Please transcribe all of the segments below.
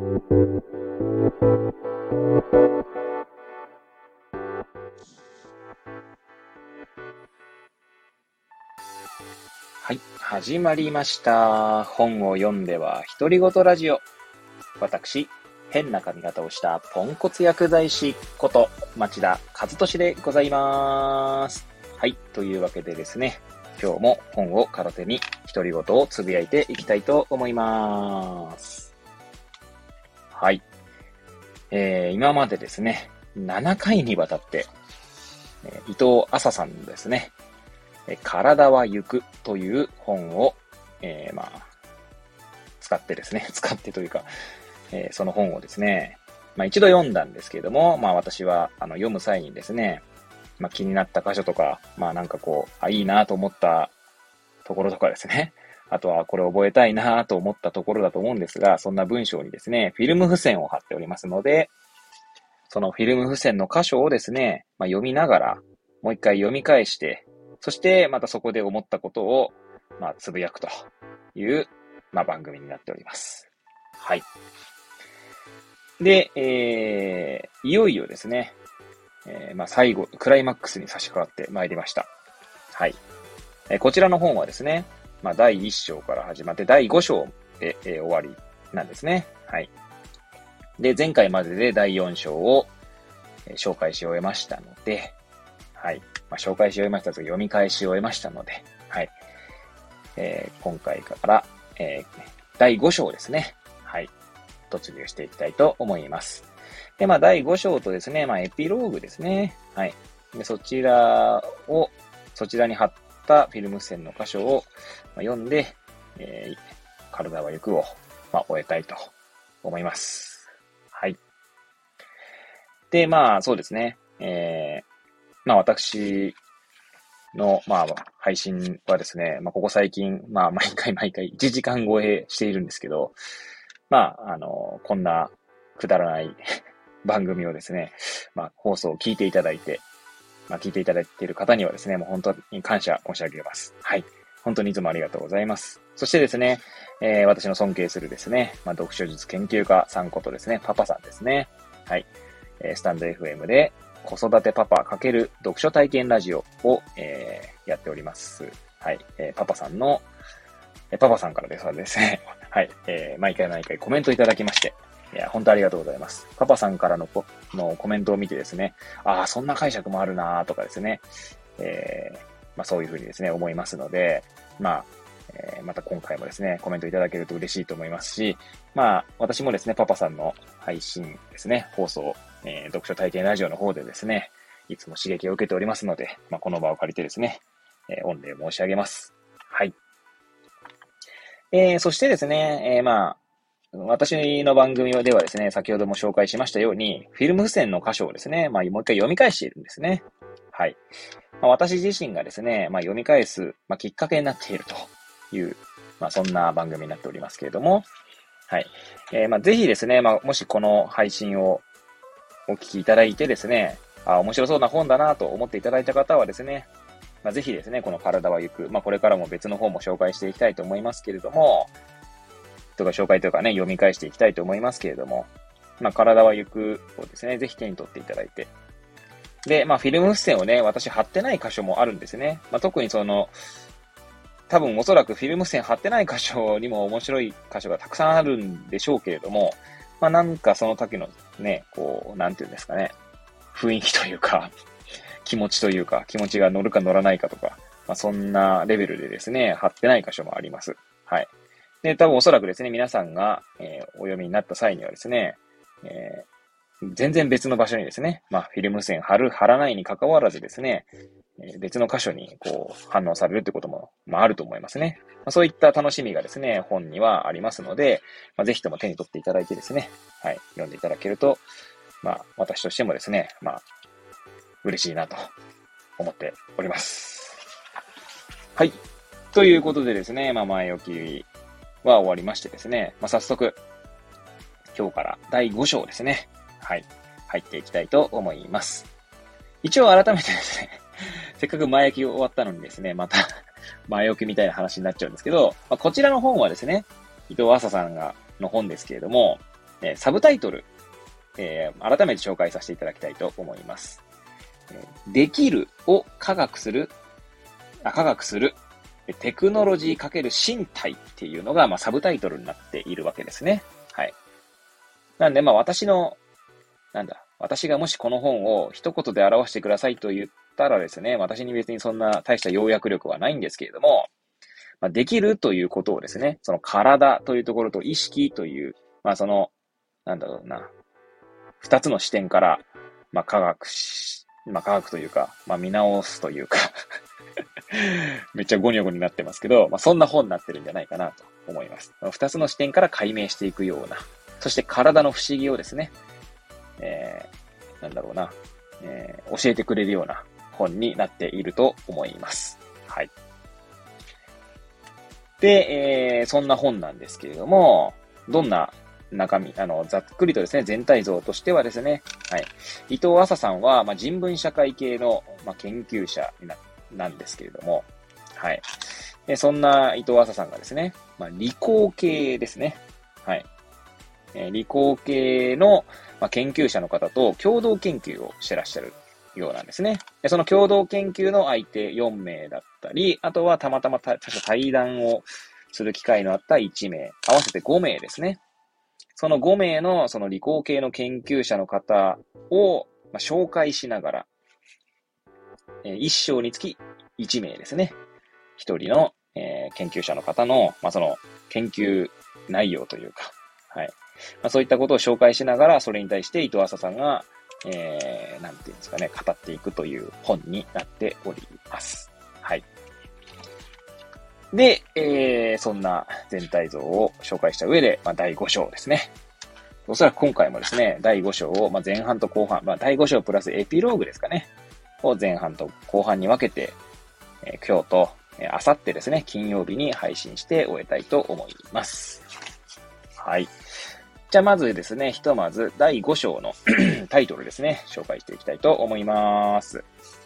はい、始まりました。本を読んでは独り言ラジオ。私、変な髪型をしたポンコツ薬剤師こと町田和俊でございます。はい、というわけでですね、今日も本を片手に独り言をつぶやいていきたいと思います。はい、今までですね、7回にわたって、伊藤麻さんのですね、体は行くという本を、使ってというか、その本をですね、一度読んだんですけれども、私は読む際にですね、気になった箇所とか、いいなと思ったところとかですね、あとはこれ覚えたいなと思ったところだと思うんですが、そんな文章にですね、フィルム付箋を貼っておりますので、そのフィルム付箋の箇所をですね、読みながら、もう一回読み返して、そしてまたそこで思ったことを、つぶやくという、番組になっております。はい。で、いよいよですね、最後、クライマックスに差し掛かってまいりました。はい。こちらの本はですね、第1章から始まって第5章で、終わりなんですね。はい。で、前回までで第4章を、紹介し終えましたので、はい。紹介し終えましたと読み返し終えましたので、はい。今回から、第5章ですね。はい。突入していきたいと思います。で、第5章とですね、エピローグですね。はい。で、そちらに貼ったフィルム線の箇所を、読んで、体は行くを、終えたいと思います。はい。で、そうですね。私の、配信はですね、ここ最近、毎回1時間超えしているんですけど、こんなくだらない番組をですね、放送を聞いていただいて、聞いていただいている方にはですね、もう本当に感謝申し上げます。はい。本当にいつもありがとうございます。そしてですね、私の尊敬するですね、読書術研究家さんことですね、パパさんですね。はい。スタンド FM で子育てパパ×読書体験ラジオを、やっております。はい。パパさんからですね、はい。毎回コメントいただきまして、いや、本当ありがとうございます。パパさんからのコメントを見てですね、そんな解釈もあるなとかですね、そういうふうにですね、思いますので、また今回もですね、コメントいただけると嬉しいと思いますし、私もですね、パパさんの配信ですね、放送、読書体験ラジオの方でですね、いつも刺激を受けておりますので、この場を借りてですね、御礼申し上げます。はい。そしてですね、私の番組ではですね、先ほども紹介しましたように、フィルム付箋の箇所をですね、もう一回読み返しているんですね。はい。私自身がですね、読み返す、きっかけになっているという、そんな番組になっておりますけれども、はい。ぜひですね、もしこの配信をお聞きいただいてですね、面白そうな本だなと思っていただいた方はですね、ぜひですね、この体は行く、これからも別の本も紹介していきたいと思いますけれども、紹介というかね、読み返していきたいと思いますけれども、体は行くをですね、ぜひ手に取っていただいて。で、フィルム付箋をね、私貼ってない箇所もあるんですね。特に多分おそらくフィルム付箋貼ってない箇所にも面白い箇所がたくさんあるんでしょうけれども、なんかその時のね、なんていうんですかね、雰囲気というか、気持ちが乗るか乗らないかとか、そんなレベルでですね、貼ってない箇所もあります。はい。で、多分おそらくですね、皆さんが、お読みになった際にはですね、全然別の場所にですね、フィルム線貼らないに関わらずですね、別の箇所に反応されるってことも、あると思いますね。そういった楽しみがですね、本にはありますので、ぜひとも手に取っていただいてですね、はい、読んでいただけると、私としてもですね、嬉しいなと思っております。はい。ということでですね、前置きは終わりましてですね、早速、今日から第5章ですね。はい。入っていきたいと思います。一応改めてですね、せっかく前置き終わったのにですね、また前置きみたいな話になっちゃうんですけど、こちらの本はですね、伊藤麻さんの本ですけれども、 サブタイトル、改めて紹介させていただきたいと思います。できるを科学する、テクノロジー×身体っていうのが、サブタイトルになっているわけですね。はい。なんで、私がもしこの本を一言で表してくださいと言ったらですね、私に別にそんな大した要約力はないんですけれども、できるということをですね、その体というところと意識という、二つの視点から、科学というか、見直すというかめっちゃゴニョゴニになってますけど、そんな本になってるんじゃないかなと思います。二つの視点から解明していくような、そして体の不思議をですね、教えてくれるような本になっていると思います。はい。で、そんな本なんですけれども、どんな中身、ざっくりとですね、全体像としてはですね、はい。伊藤麻さんは、人文社会系の、研究者なんですけれども、はい。でそんな伊藤麻さんがですね、理工系ですね。はい。理工系の、研究者の方と共同研究をしてらっしゃるようなんですね。でその共同研究の相手4名だったり、あとはたまたま対談をする機会のあった1名、合わせて5名ですね。その5名のその理工系の研究者の方を、紹介しながら、1章につき1名ですね。1人の、研究者の方の、その研究内容というか、はい。そういったことを紹介しながら、それに対して伊藤麻さんが、なんていうんですかね、語っていくという本になっております。はい。で、そんな全体像を紹介した上で、第5章ですね。おそらく今回もですね、第5章を、前半と後半、第5章プラスエピローグですかね。を前半と後半に分けて、今日と、明後日ですね、金曜日に配信して終えたいと思います。はい。じゃあまずですね、ひとまず第5章のタイトルですね、紹介していきたいと思います。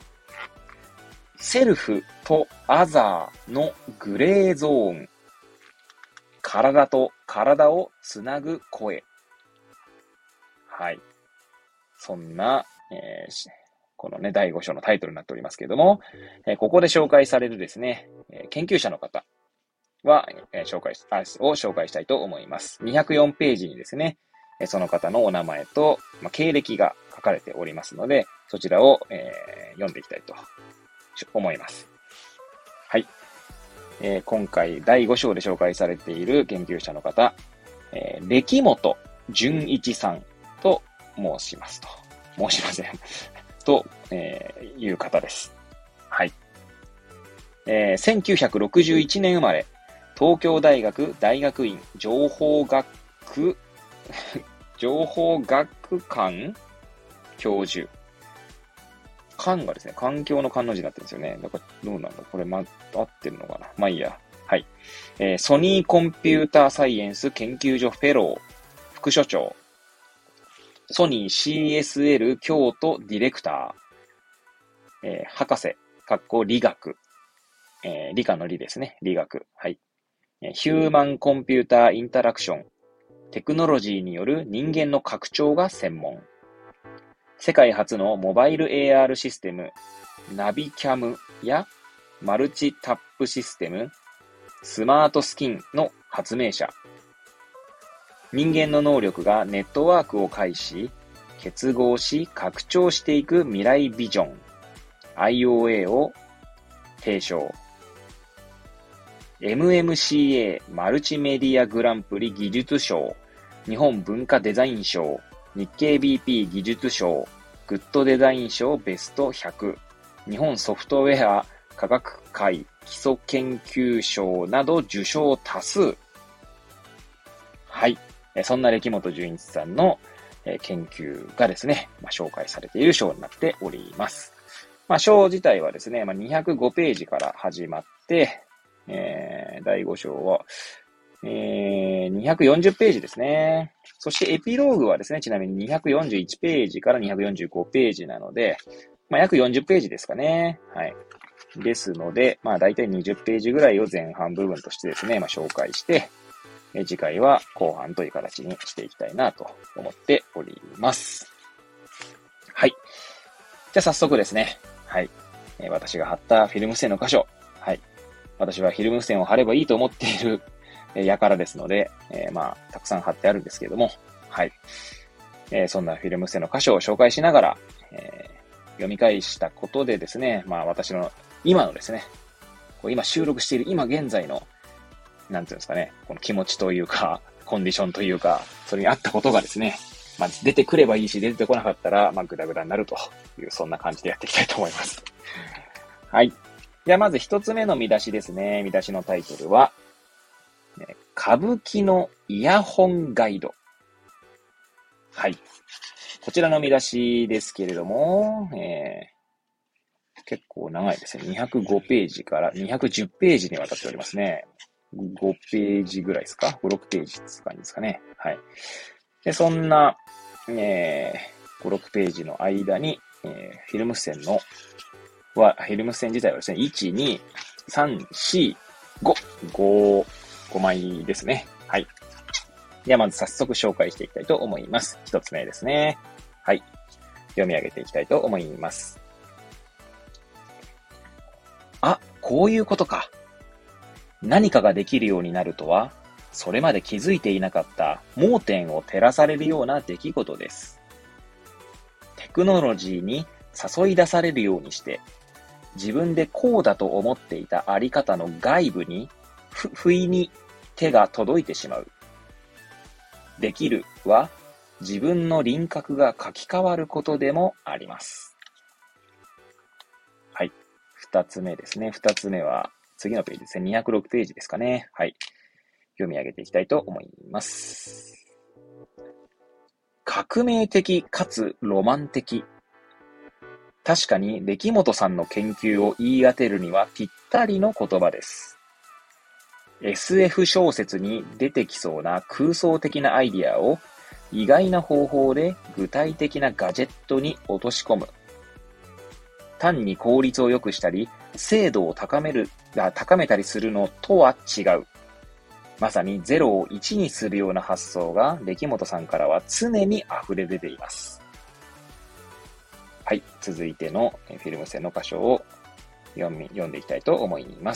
セルフとアザーのグレーゾーン。体と体をつなぐ声。はい。そんな、このね、第5章のタイトルになっておりますけれども、ここで紹介されるですね、研究者の方は、紹介したいと思います。204ページにですね、その方のお名前と、経歴が書かれておりますので、そちらを、読んでいきたいと思います。はい。今回第5章で紹介されている研究者の方、歴本純一さんと申しません。と、いう方です。はい。1961年生まれ、東京大学大学院情報学館教授。館がですね、環境の館の字になってるんですよね。だからどうなんだこれ合ってるのかな、いいや。はい。ソニーコンピューターサイエンス研究所フェロー、副所長。ソニー CSL 京都ディレクター。博士、理学。理科の理ですね。理学。はい。ヒューマンコンピューターインタラクション。テクノロジーによる人間の拡張が専門。世界初のモバイル AR システム、ナビキャムやマルチタップシステム、スマートスキンの発明者。人間の能力がネットワークを介し、結合し拡張していく未来ビジョン、IOA を提唱。MMCA マルチメディアグランプリ技術賞、日本文化デザイン賞、日経 BP 技術賞、グッドデザイン賞ベスト100、日本ソフトウェア科学会基礎研究賞など受賞多数。はい。そんな歴本純一さんの研究がですね、紹介されている章になっております。章自体はですね、205ページから始まって、第5章は、240ページですね。そしてエピローグはですね、ちなみに241ページから245ページなので、約40ページですかね。はい。ですので、だいたい20ページぐらいを前半部分としてですね、紹介して、 次回は後半という形にしていきたいなと思っております。はい。じゃあ早速ですね。はい。私が貼ったフィルム付箋の箇所。はい。私はフィルム付箋を貼ればいいと思っている輩ですので、たくさん貼ってあるんですけれども、はい。そんなフィルム付箋の箇所を紹介しながら、読み返したことでですね、私の今のですね、今収録している今現在のなんていうんですかね、この気持ちというか、コンディションというか、それに合ったことがですね、出てくればいいし、出てこなかったら、グダグダになるという、そんな感じでやっていきたいと思います。はい。では、まず一つ目の見出しですね。見出しのタイトルは、歌舞伎のイヤホンガイド。はい。こちらの見出しですけれども、結構長いですね。205ページから210ページにわたっておりますね。5ページぐらいですか ?5、6ページって感じですかね。はい。で、そんな、5、6ページの間に、フィルム付箋フィルム付箋自体はですね、1、2、3、4、5枚ですね。はい。では、まず早速紹介していきたいと思います。一つ目ですね。はい。読み上げていきたいと思います。あ、こういうことか。何かができるようになるとは、それまで気づいていなかった盲点を照らされるような出来事です。テクノロジーに誘い出されるようにして、自分でこうだと思っていたあり方の外部に、不意に手が届いてしまう。できるは、自分の輪郭が書き換わることでもあります。はい。二つ目ですね。二つ目は、次のページですね。206ページですかね。はい。読み上げていきたいと思います。革命的かつロマン的。確かに歴本さんの研究を言い当てるにはぴったりの言葉です。SF 小説に出てきそうな空想的なアイディアを意外な方法で具体的なガジェットに落とし込む。単に効率を良くしたり、精度を高めたりするのとは違う。まさに0を1にするような発想が歴本さんからは常に溢れ出ています。はい、続いてのフィルム線の箇所を読んでいきたいと思います。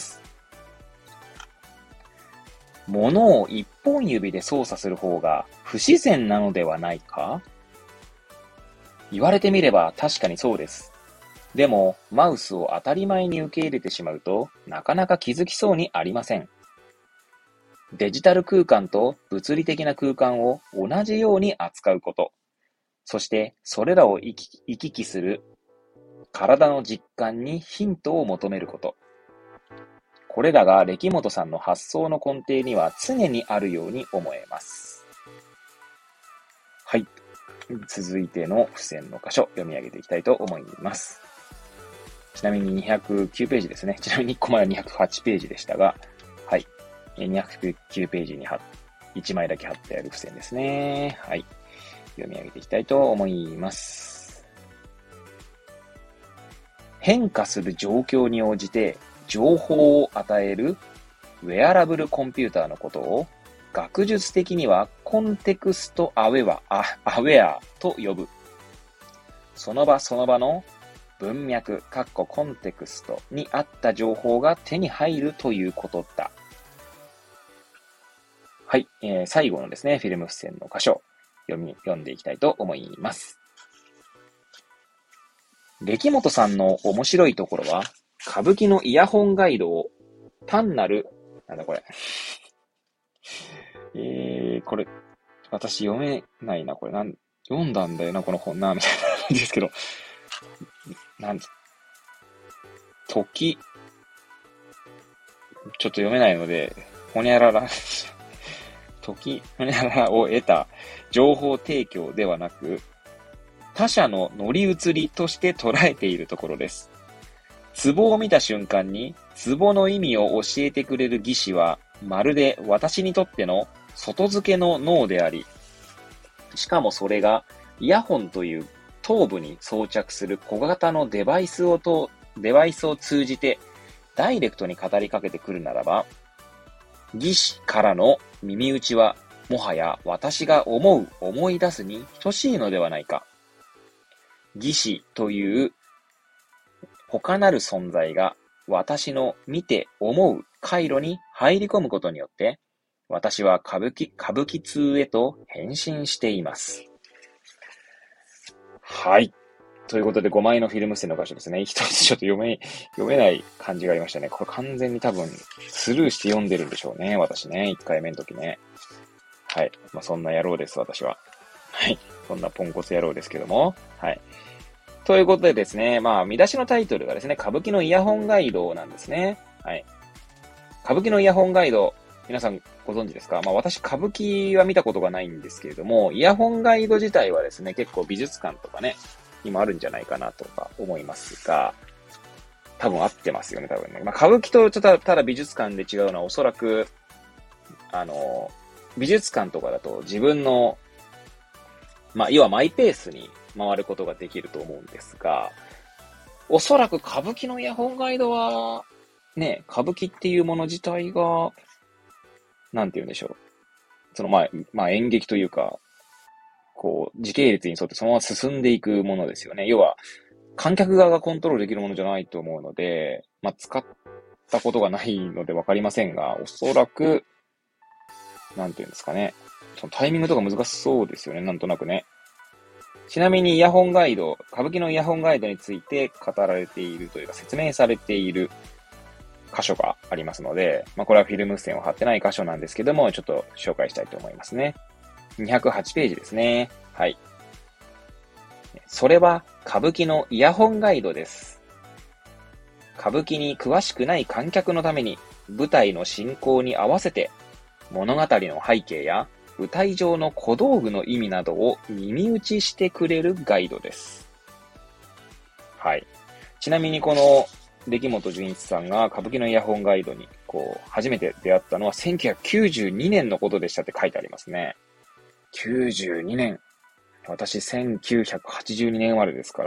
物を一本指で操作する方が不自然なのではないか？言われてみれば確かにそうです。でも、マウスを当たり前に受け入れてしまうと、なかなか気づきそうにありません。デジタル空間と物理的な空間を同じように扱うこと、そしてそれらを行き来する体の実感にヒントを求めること。これらが歴本さんの発想の根底には常にあるように思えます。はい。続いての付箋の箇所、読み上げていきたいと思います。ちなみに209ページですね。ちなみに1個前は208ページでしたが、はい。209ページに1枚だけ貼ってある付箋ですね。はい。読み上げていきたいと思います。変化する状況に応じて情報を与えるウェアラブルコンピューターのことを学術的にはコンテクストアウェアと呼ぶ。その場その場の文脈、コンテクストに合った情報が手に入るということだ。はい、最後のですね、フィルム付箋の箇所、読んでいきたいと思います。歴本さんの面白いところは、歌舞伎のイヤホンガイドを単なる、なんだこれ。これ、私読めないな、これ。読んだんだよな、この本な、みたいな感じですけど。ちょっと読めないので、ほにゃらら、ほにゃららを得た情報提供ではなく、他者の乗り移りとして捉えているところです。壺を見た瞬間に、壺の意味を教えてくれる技師は、まるで私にとっての外付けの脳であり、しかもそれがイヤホンという頭部に装着する小型のデバイスを通じてダイレクトに語りかけてくるならば、 義士からの耳打ちは、もはや私が思い出すに等しいのではないか。義士という他なる存在が私の見て思う回路に入り込むことによって、私は歌舞伎通へと変身しています。はい。ということで、5枚のフィルム線の箇所ですね。一つちょっと読めない感じがありましたね。これ完全に多分、スルーして読んでるんでしょうね。私ね。1回目の時ね。はい。そんな野郎です、私は。はい。そんなポンコツ野郎ですけども。はい。ということでですね、見出しのタイトルがですね、歌舞伎のイヤホンガイドなんですね。はい。歌舞伎のイヤホンガイド、皆さんご存知ですか？私、歌舞伎は見たことがないんですけれども、イヤホンガイド自体はですね、結構美術館とかね、にもあるんじゃないかなとか思いますが、多分合ってますよね、多分ね。歌舞伎とちょっとただ美術館で違うのはおそらく、美術館とかだと自分の、要はマイペースに回ることができると思うんですが、おそらく歌舞伎のイヤホンガイドは、ね、歌舞伎っていうもの自体が、なんて言うんでしょう。演劇というか、時系列に沿ってそのまま進んでいくものですよね。要は、観客側がコントロールできるものじゃないと思うので、使ったことがないのでわかりませんが、おそらく、なんて言うんですかね。そのタイミングとか難しそうですよね、なんとなくね。ちなみにイヤホンガイド、歌舞伎のイヤホンガイドについて語られているというか説明されている箇所がありますので、これはフィルム線を貼ってない箇所なんですけども、ちょっと紹介したいと思いますね。208ページですね。はい。それは歌舞伎のイヤホンガイドです。歌舞伎に詳しくない観客のために舞台の進行に合わせて物語の背景や舞台上の小道具の意味などを耳打ちしてくれるガイドです。はい。ちなみにこの出来本純一さんが歌舞伎のイヤホンガイドに初めて出会ったのは1992年のことでしたって書いてありますね。92年。私1982年生まれですから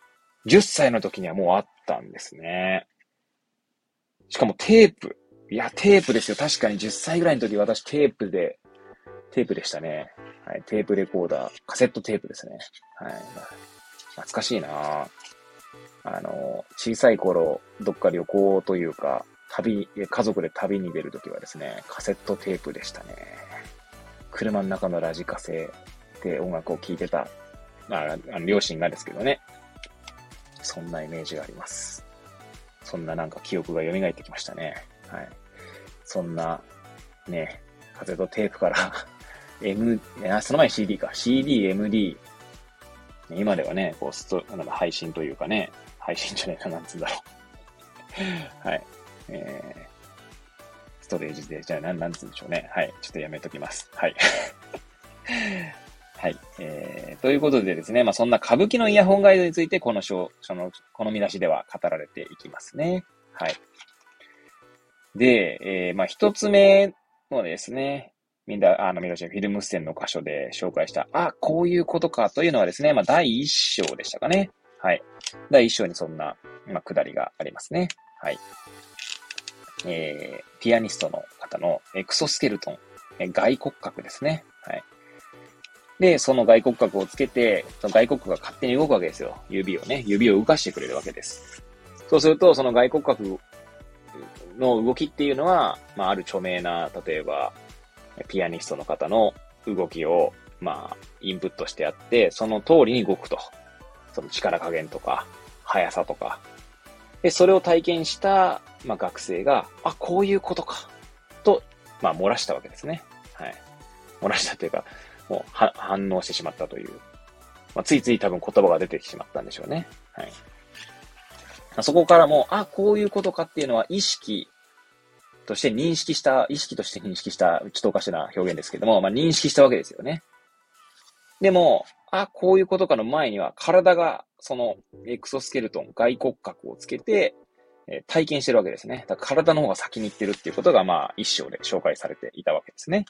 、10歳の時にはもうあったんですね。しかもテープ。いや、テープですよ。確かに10歳ぐらいの時私テープでしたね。はい、テープレコーダー、カセットテープですね。はい。懐かしいな小さい頃、どっか旅行というか、家族で旅に出るときはですね、カセットテープでしたね。車の中のラジカセで音楽を聴いてた、両親がですけどね。そんなイメージがあります。そんな記憶が蘇ってきましたね。はい。そんな、ね、カセットテープからその前に CD か。CD、MD。今ではね、配信というかね、配信じゃないかなんつうんだろう。はい。ストレージで、じゃあなんつうんでしょうね。はい。ちょっとやめときます。はい。はい。ということでですね、そんな歌舞伎のイヤホンガイドについて、この見出しでは語られていきますね。はい。で、一つ目のですね、見出しのフィルム線の箇所で紹介した、こういうことかというのはですね、第一章でしたかね。はい。第一章にそんな、下りがありますね。はい。ピアニストの方のエクソスケルトン、外骨格ですね。はい。で、その外骨格をつけて、その外骨格が勝手に動くわけですよ。指を動かしてくれるわけです。そうすると、その外骨格の動きっていうのは、ある著名な、例えば、ピアニストの方の動きを、インプットしてやって、その通りに動くと。その力加減とか、速さとか。で、それを体験した、学生が、こういうことか。と、漏らしたわけですね。はい。漏らしたというか、もう、反応してしまったという。ついつい多分言葉が出てしまったんでしょうね。はい。そこからも、こういうことかっていうのは意識として認識した、ちょっとおかしな表現ですけども、認識したわけですよね。でも、こういうことかの前には、体が、その、エクソスケルトン、外骨格をつけて、体験してるわけですね。だから体の方が先に行ってるっていうことが、一章で紹介されていたわけですね。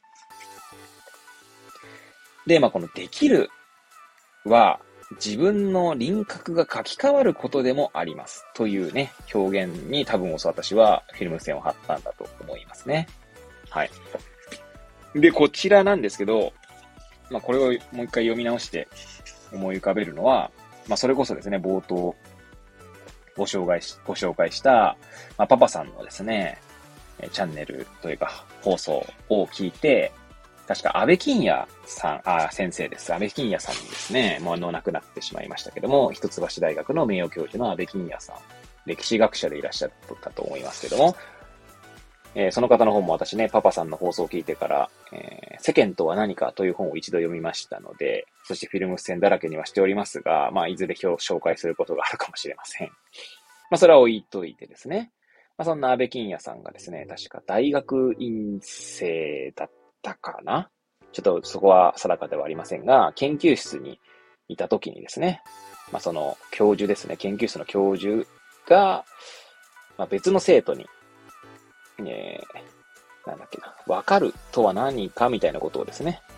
で、このできるは、自分の輪郭が書き換わることでもあります。というね、表現に多分私はフィルム線を貼ったんだと思いますね。 はい。で、こちらなんですけど、これをもう一回読み直して思い浮かべるのは、それこそですね、冒頭ご紹介した、パパさんのですね、チャンネルというか放送を聞いて、確か安倍金也さん、先生です。安倍金也さんですね、もう亡くなってしまいましたけども、一橋大学の名誉教授の安倍金也さん、歴史学者でいらっしゃったと思いますけども、その方の本も私ね、パパさんの放送を聞いてから、世間とは何かという本を一度読みましたので、そしてフィルム付箋だらけにはしておりますが、いずれ紹介することがあるかもしれません。それは置いといてですね。そんな安倍金也さんがですね、確か大学院生だったかな、ちょっとそこは定かではありませんが、研究室にいた時にですね、その教授ですね、研究室の教授が、別の生徒に、なんだっけな、わかるとは何かみたいなことをですね、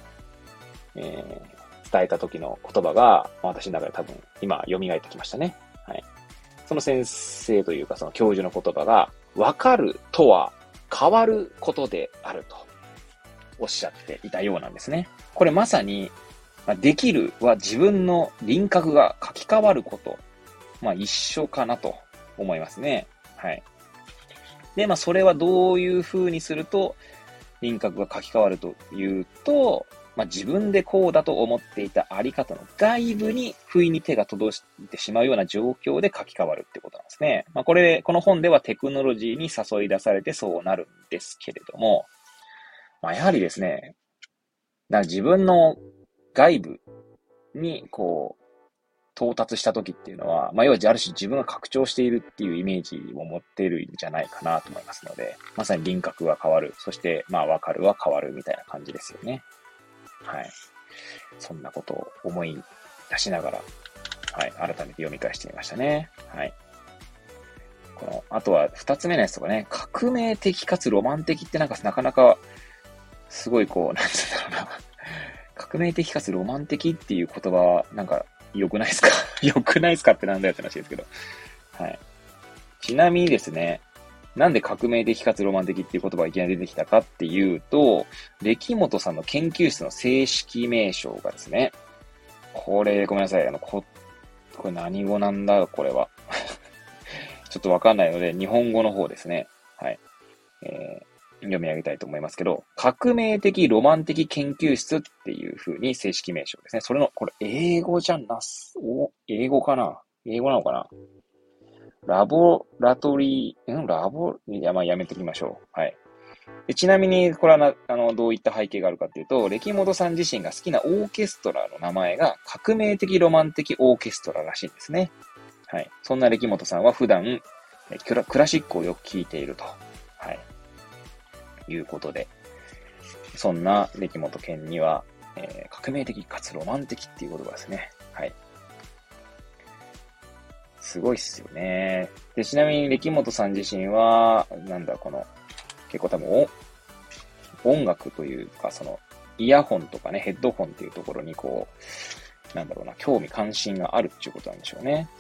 伝えた時の言葉が、私の中で多分今蘇ってきましたね。はい。その先生というかその教授の言葉が、わかるとは変わることであるとおっしゃっていたようなんですね。これまさに、できるは自分の輪郭が書き換わること。一緒かなと思いますね。はい。で、それはどういう風にすると輪郭が書き換わるというと、自分でこうだと思っていたあり方の外部に不意に手が届いてしまうような状況で書き換わるってことなんですね。この本ではテクノロジーに誘い出されてそうなるんですけれども、やはりですね、自分の外部に到達した時っていうのは、要はある種自分が拡張しているっていうイメージを持っているんじゃないかなと思いますので、まさに輪郭が変わる。そして、わかるは変わるみたいな感じですよね。はい。そんなことを思い出しながら、はい、改めて読み返してみましたね。はい。あとは二つ目のやつとかね、革命的かつロマン的ってなかなか、すごいなんつうんだろうな。革命的かつロマン的っていう言葉、良くないですか良くないですかってなんだよって話ですけど。はい。ちなみにですね、なんで革命的かつロマン的っていう言葉がいきなり出てきたかっていうと、歴本さんの研究室の正式名称がですね、これ、ごめんなさい。これ何語なんだこれは。ちょっとわかんないので、日本語の方ですね。はい。読み上げたいと思いますけど、革命的ロマン的研究室っていう風に正式名称ですね。これ英語じゃなす、英語かな、英語なのかな、ラボラトリー、いや、やめときましょう。はい。でちなみに、これはどういった背景があるかっていうと、歴本さん自身が好きなオーケストラの名前が革命的ロマン的オーケストラらしいんですね。はい。そんな歴本さんは普段、クラシックをよく聴いていると。はい。いうことで、そんな歴本健には、革命的かつロマン的っていう言葉ですね。はい。すごいっすよね。で、ちなみに歴本さん自身は、結構多分音楽というか、イヤホンとかね、ヘッドホンっていうところに興味関心があるっていうことなんでしょうね。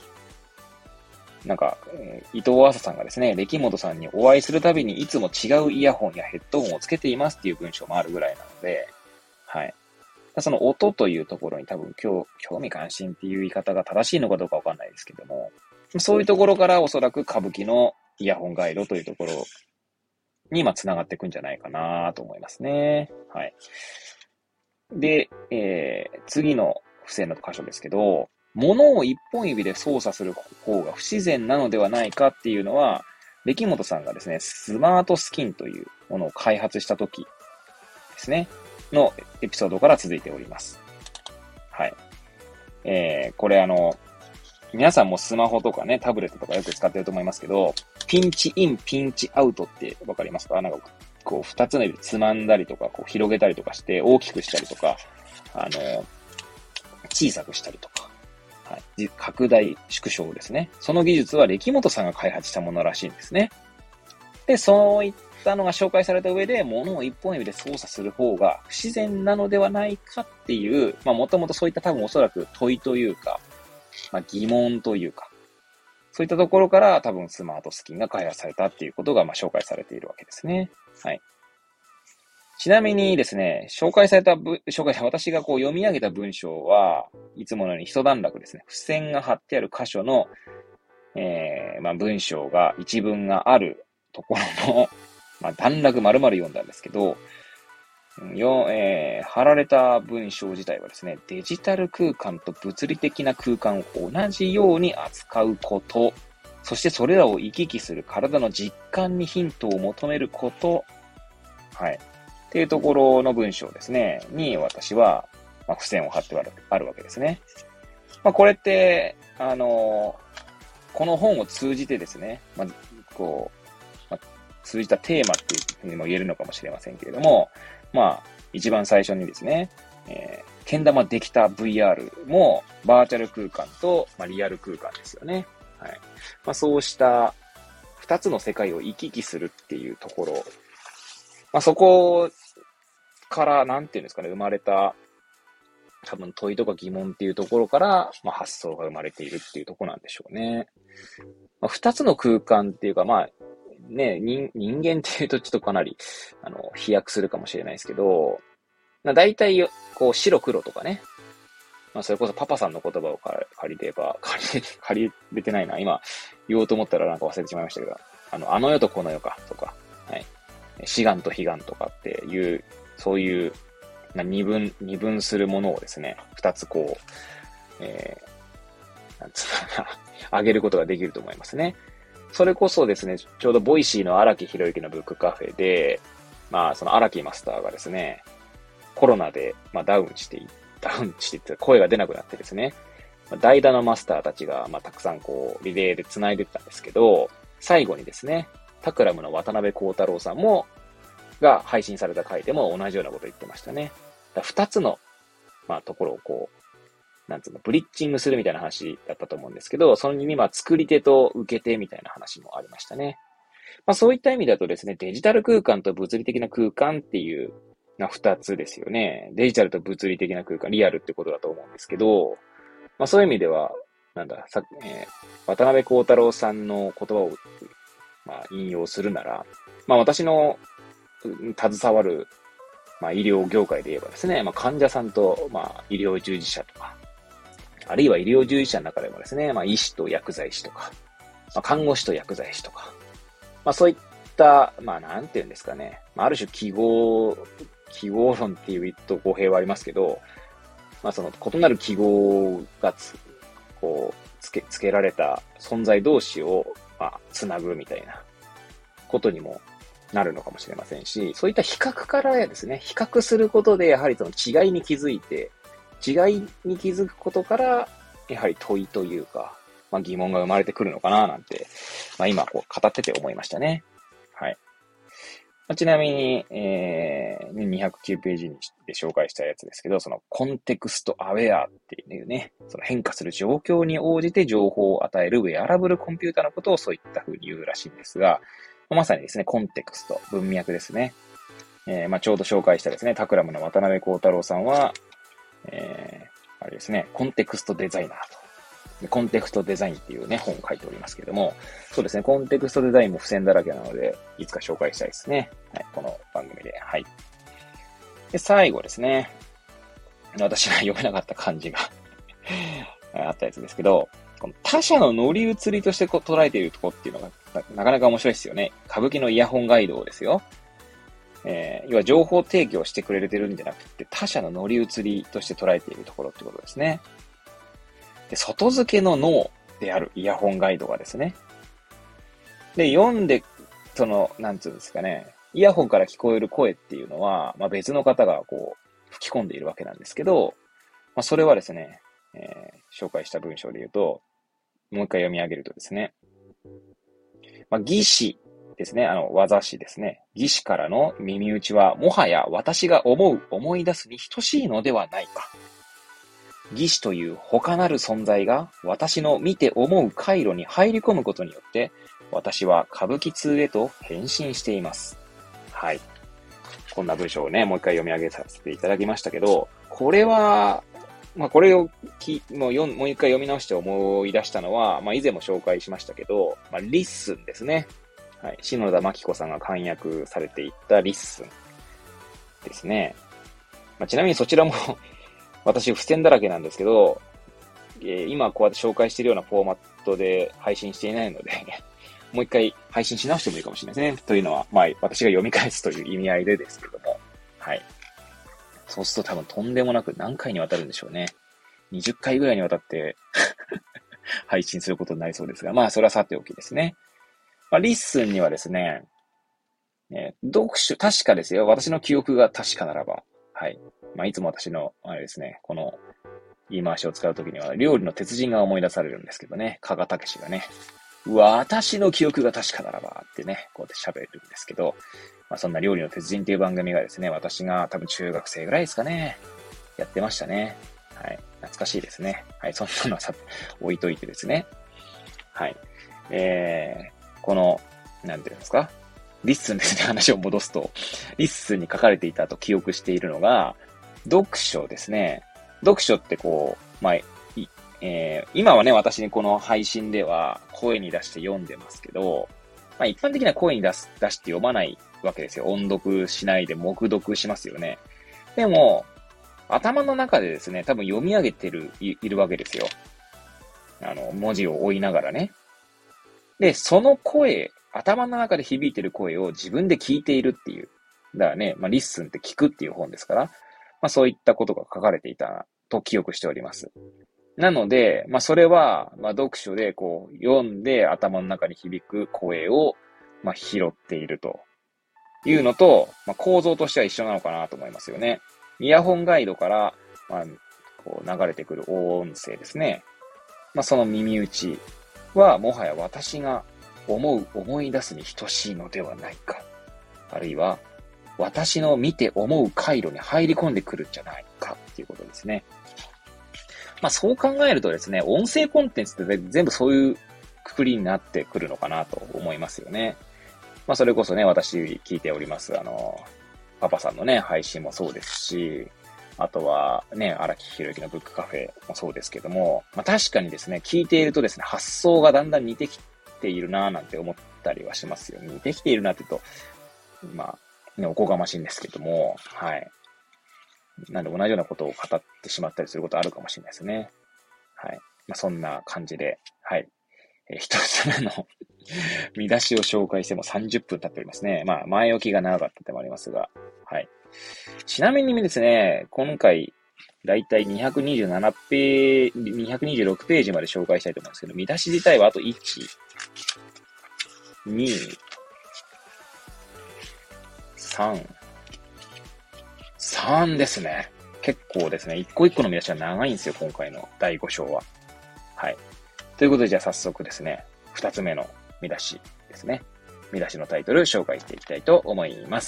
伊藤麻さんがですね、歴本さんにお会いするたびにいつも違うイヤホンやヘッドホンをつけていますっていう文章もあるぐらいなので、はい。その音というところに多分興味関心っていう言い方が正しいのかどうかわかんないですけども、そういうところからおそらく歌舞伎のイヤホンガイドというところに繋がっていくんじゃないかなと思いますね。はい。で、次の付箋の箇所ですけど、物を一本指で操作する方が不自然なのではないかっていうのは、歴本さんがですね、スマートスキンというものを開発した時ですね、のエピソードから続いております。はい。これ皆さんもスマホとかね、タブレットとかよく使ってると思いますけど、ピンチイン、ピンチアウトってわかりますか？二つの指つまんだりとか、広げたりとかして、大きくしたりとか、小さくしたりとか、はい。拡大、縮小ですね。その技術は歴本さんが開発したものらしいんですね。で、そういったのが紹介された上で、物を一本指で操作する方が不自然なのではないかっていう、もともとそういった多分おそらく問いというか、疑問というか、そういったところから多分スマートスキンが開発されたっていうことが紹介されているわけですね。はい。 ちなみにですね、私がこう読み上げた文章はいつものように一段落ですね。付箋が貼ってある箇所の、文章が、一文があるところの、段落丸々読んだんですけど、貼られた文章自体はですね、デジタル空間と物理的な空間を同じように扱うこと、そしてそれらを行き来する体の実感にヒントを求めること、はい。っていうところの文章ですね、に私は、付箋を貼ってあるわけですね。これって、この本を通じてですね、通じたテーマっていうふうにも言えるのかもしれませんけれども、一番最初にですね、けん玉できた VR もバーチャル空間と、リアル空間ですよね。はい。そうした二つの世界を行き来するっていうところ、そこからなんていうんですかね、生まれた多分問いとか疑問っていうところから、発想が生まれているっていうところなんでしょうね。二つの空間っていうか、人間っていうとちょっとかなり、飛躍するかもしれないですけど、大体、こう、白黒とかね。それこそパパさんの言葉を借りれてないな。今、言おうと思ったらなんか忘れてしまいましたけど、あの世とこの世か、とか、はい。志願と悲願とかっていう、そういう、二分するものをですね、二つこう、なんつうかな、上げることができると思いますね。それこそですね、ちょうどボイシーの荒木博之のブックカフェで、その荒木マスターがですね、コロナで、ダウンして声が出なくなってですね、代打のマスターたちが、たくさんこう、リレーで繋いでったんですけど、最後にですね、タクラムの渡辺幸太郎さんが配信された回でも同じようなことを言ってましたね。二つの、ところをこう、ブリッジングするみたいな話だったと思うんですけど、そのに作り手と受け手みたいな話もありましたね。そういった意味だとですね、デジタル空間と物理的な空間っていう二つですよね。デジタルと物理的な空間、リアルってことだと思うんですけど、そういう意味では、渡辺幸太郎さんの言葉を、引用するなら、私の携わる、医療業界で言えばですね、患者さんと、医療従事者とか、あるいは医療従事者の中でもですね、医師と薬剤師とか、看護師と薬剤師とか、そういった、なんていうんですかね、ある種記号論っていうと語弊はありますけど、その異なる記号がつけられた存在同士を、つなぐみたいなことにもなるのかもしれませんし、そういった比較からですね、比較することで、やはりその違いに気づいて、違いに気づくことから、やはり問いというか、疑問が生まれてくるのかな、なんて、今こう語ってて思いましたね。はい。ちなみに、209ページで紹介したやつですけど、そのコンテクストアウェアっていうね、その変化する状況に応じて情報を与えるウェアラブルコンピューターのことをそういった風に言うらしいんですが、まさにですね、コンテクスト、文脈ですね。ちょうど紹介したですね、タクラムの渡辺幸太郎さんは、あれですね、コンテクストデザイナーと。コンテクストデザインっていうね、本を書いておりますけれども、そうですね、コンテクストデザインも付箋だらけなので、いつか紹介したいですね。はい、この番組で。はい。で、最後ですね、私が読めなかった漢字があったやつですけど、この他者の乗り移りとして捉えているところっていうのがなかなか面白いですよね。歌舞伎のイヤホンガイドですよ。要は情報提供してくれてるんじゃなくて、他者の乗り移りとして捉えているところってことですね。で、外付けの脳であるイヤホンガイドがですね。で、読んで、なんつうんですかね、イヤホンから聞こえる声っていうのは、別の方がこう、吹き込んでいるわけなんですけど、それはですね、紹介した文章で言うと、もう一回読み上げるとですね、義士ですね、技師ですね。義士からの耳打ちは、もはや私が思い出すに等しいのではないか。義士という他なる存在が私の見て思う回路に入り込むことによって、私は歌舞伎通へと変身しています。はい。こんな文章をね、もう一回読み上げさせていただきましたけど、これは、これをもう一回読み直して思い出したのは、以前も紹介しましたけど、リッスンですね。はい。篠田真紀子さんが漢訳されていったリッスン。 ですね。ちなみにそちらも私付箋だらけなんですけど、今こうやって紹介しているようなフォーマットで配信していないのでもう一回配信し直してもいいかもしれないですね。というのは、私が読み返すという意味合いでですけども。はい。そうすると多分とんでもなく何回にわたるんでしょうね。20回ぐらいにわたって配信することになりそうですが、それはさておきですね。リッスンにはですね、読書、確かですよ。私の記憶が確かならば。はい。いつも私の、あれですね、この言い回しを使うときには、料理の鉄人が思い出されるんですけどね、加賀武がね、私の記憶が確かならばってね、こうやって喋るんですけど、そんな料理の鉄人っていう番組がですね、私が多分中学生ぐらいですかね、やってましたね。はい。懐かしいですね。はい。そんなのは置いといてですね。はい。この、なんていうんですか、リッスンですね、話を戻すと、リッスンに書かれていたと記憶しているのが、読書ですね。読書ってこう、今はね、私にこの配信では声に出して読んでますけど、一般的には声に出して読まないわけですよ。音読しないで黙読しますよね。でも、頭の中でですね、多分読み上げているわけですよ。文字を追いながらね。で、その声、頭の中で響いてる声を自分で聞いているっていう。だからね、リッスンって聞くっていう本ですから、そういったことが書かれていたと記憶しております。なので、それは、読書でこう、読んで頭の中に響く声を、拾っているというのと、構造としては一緒なのかなと思いますよね。イヤホンガイドから、こう流れてくる音声ですね。その耳打ちは、もはや私が思い出すに等しいのではないか。あるいは、私の見て思う回路に入り込んでくるんじゃないかっていうことですね。そう考えるとですね、音声コンテンツって全部そういうくくりになってくるのかなと思いますよね。それこそね、私聞いております、パパさんのね、配信もそうですし、あとはね、荒木博之のブックカフェもそうですけども、確かにですね、聞いているとですね、発想がだんだん似てきているなぁなんて思ったりはしますよ。似てきているなって言うと、ね、おこがましいんですけども、はい。なんで同じようなことを語ってしまったりすることあるかもしれないですね。はい。そんな感じで、はい。一つ目の見出しを紹介しても30分経っておりますね。前置きが長かったでもありますが、はい。ちなみにですね、今回、だいたい227ページ、226ページまで紹介したいと思うんですけど、見出し自体はあと1、2、3、3ですね。結構ですね、一個一個の見出しは長いんですよ、今回の第5章は。はい。ということで、じゃあ早速ですね、2つ目の見出しですね。見出しのタイトル紹介していきたいと思います。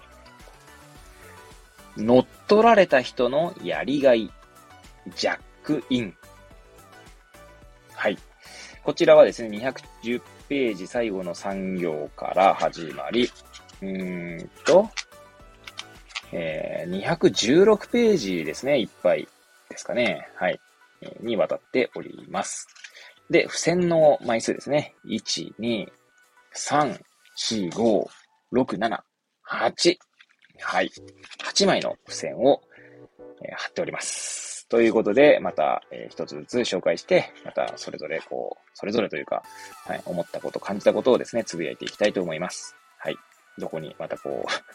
乗っ取られた人のやりがい、ジャックイン。はい。こちらはですね、210ページ最後の3行から始まり、216ページですね、いっぱいですかね。はい。にわたっております。で、付箋の枚数ですね。1、2、3、4、5、6、7、8。はい。8枚の付箋を、貼っております。ということで、また、一つずつ紹介して、またそれぞれそれぞれというか、はい、思ったこと、感じたことをですね、つぶやいていきたいと思います。はい。どこにまた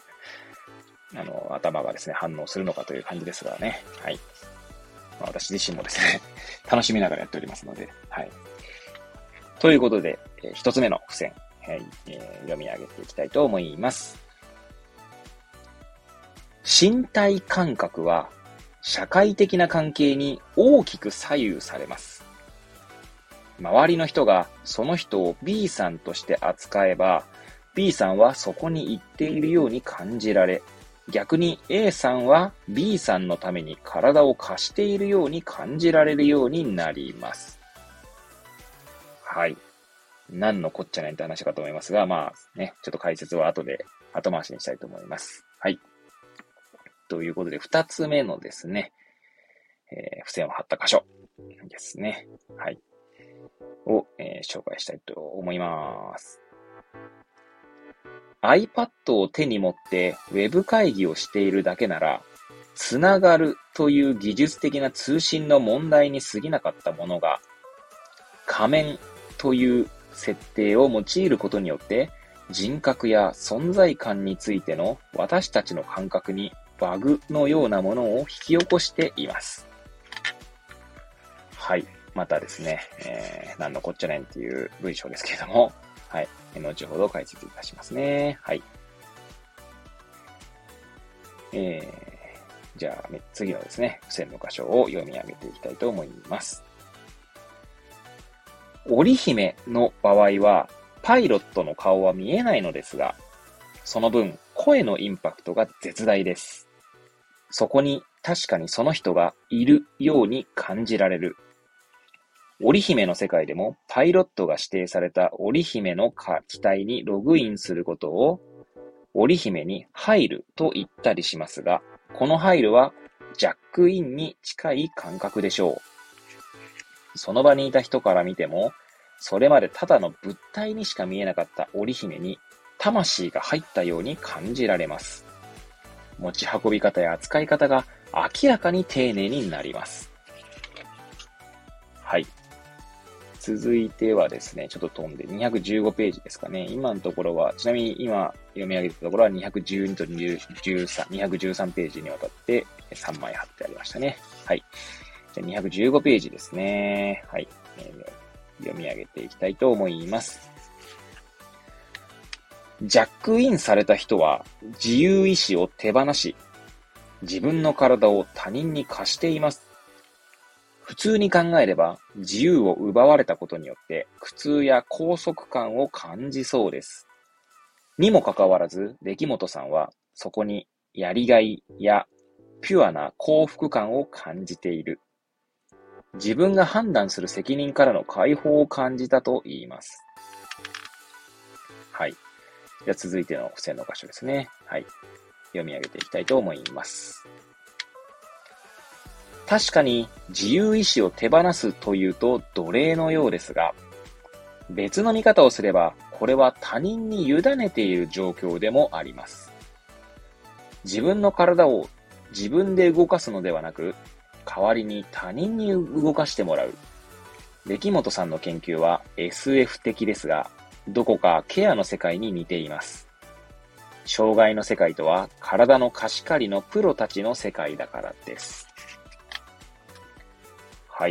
頭がですね、反応するのかという感じですがね。はい。私自身もですね、楽しみながらやっておりますので、はい。ということで、一つ目の付箋、読み上げていきたいと思います。身体感覚は社会的な関係に大きく左右されます。周りの人がその人を B さんとして扱えば、B さんはそこに行っているように感じられ、逆に A さんは B さんのために体を貸しているように感じられるようになります。はい。何のこっちゃないって話かと思いますが、ちょっと解説は後回しにしたいと思います。はい。ということで、二つ目のですね、付箋を貼った箇所ですね。はい。を、紹介したいと思います。 iPad を手に持ってウェブ会議をしているだけなら、つながるという技術的な通信の問題に過ぎなかったものが、仮面という設定を用いることによって、人格や存在感についての私たちの感覚にバグのようなものを引き起こしています。はい。またですね、何のこっちゃねんっていう文章ですけれども、はい。後ほど解説いたしますね。はい。じゃあ、次のですね、付箋の箇所を読み上げていきたいと思います。織姫の場合は、パイロットの顔は見えないのですが、その分、声のインパクトが絶大です。そこに確かにその人がいるように感じられる。織姫の世界でも、パイロットが指定された織姫の機体にログインすることを、織姫に入ると言ったりしますが、この入るはジャックインに近い感覚でしょう。その場にいた人から見ても、それまでただの物体にしか見えなかった織姫に魂が入ったように感じられます。持ち運び方や扱い方が明らかに丁寧になります。はい。続いてはですね、ちょっと飛んで215ページですかね。今のところは、ちなみに今読み上げたところは212と213ページにわたって3枚貼ってありましたね。はい。じゃあ215ページですね。はい。読み上げていきたいと思います。ジャックインされた人は自由意志を手放し、自分の体を他人に貸しています。普通に考えれば自由を奪われたことによって苦痛や拘束感を感じそうです。にもかかわらず、出来本さんはそこにやりがいやピュアな幸福感を感じている。自分が判断する責任からの解放を感じたと言います。はい。じゃあ続いての付箋の箇所ですね。はい。読み上げていきたいと思います。確かに自由意志を手放すというと奴隷のようですが、別の見方をすれば、これは他人に委ねている状況でもあります。自分の体を自分で動かすのではなく、代わりに他人に動かしてもらう。出来本さんの研究は SF 的ですが、どこかケアの世界に似ています。障害の世界とは体の貸し借りのプロたちの世界だからです。はい。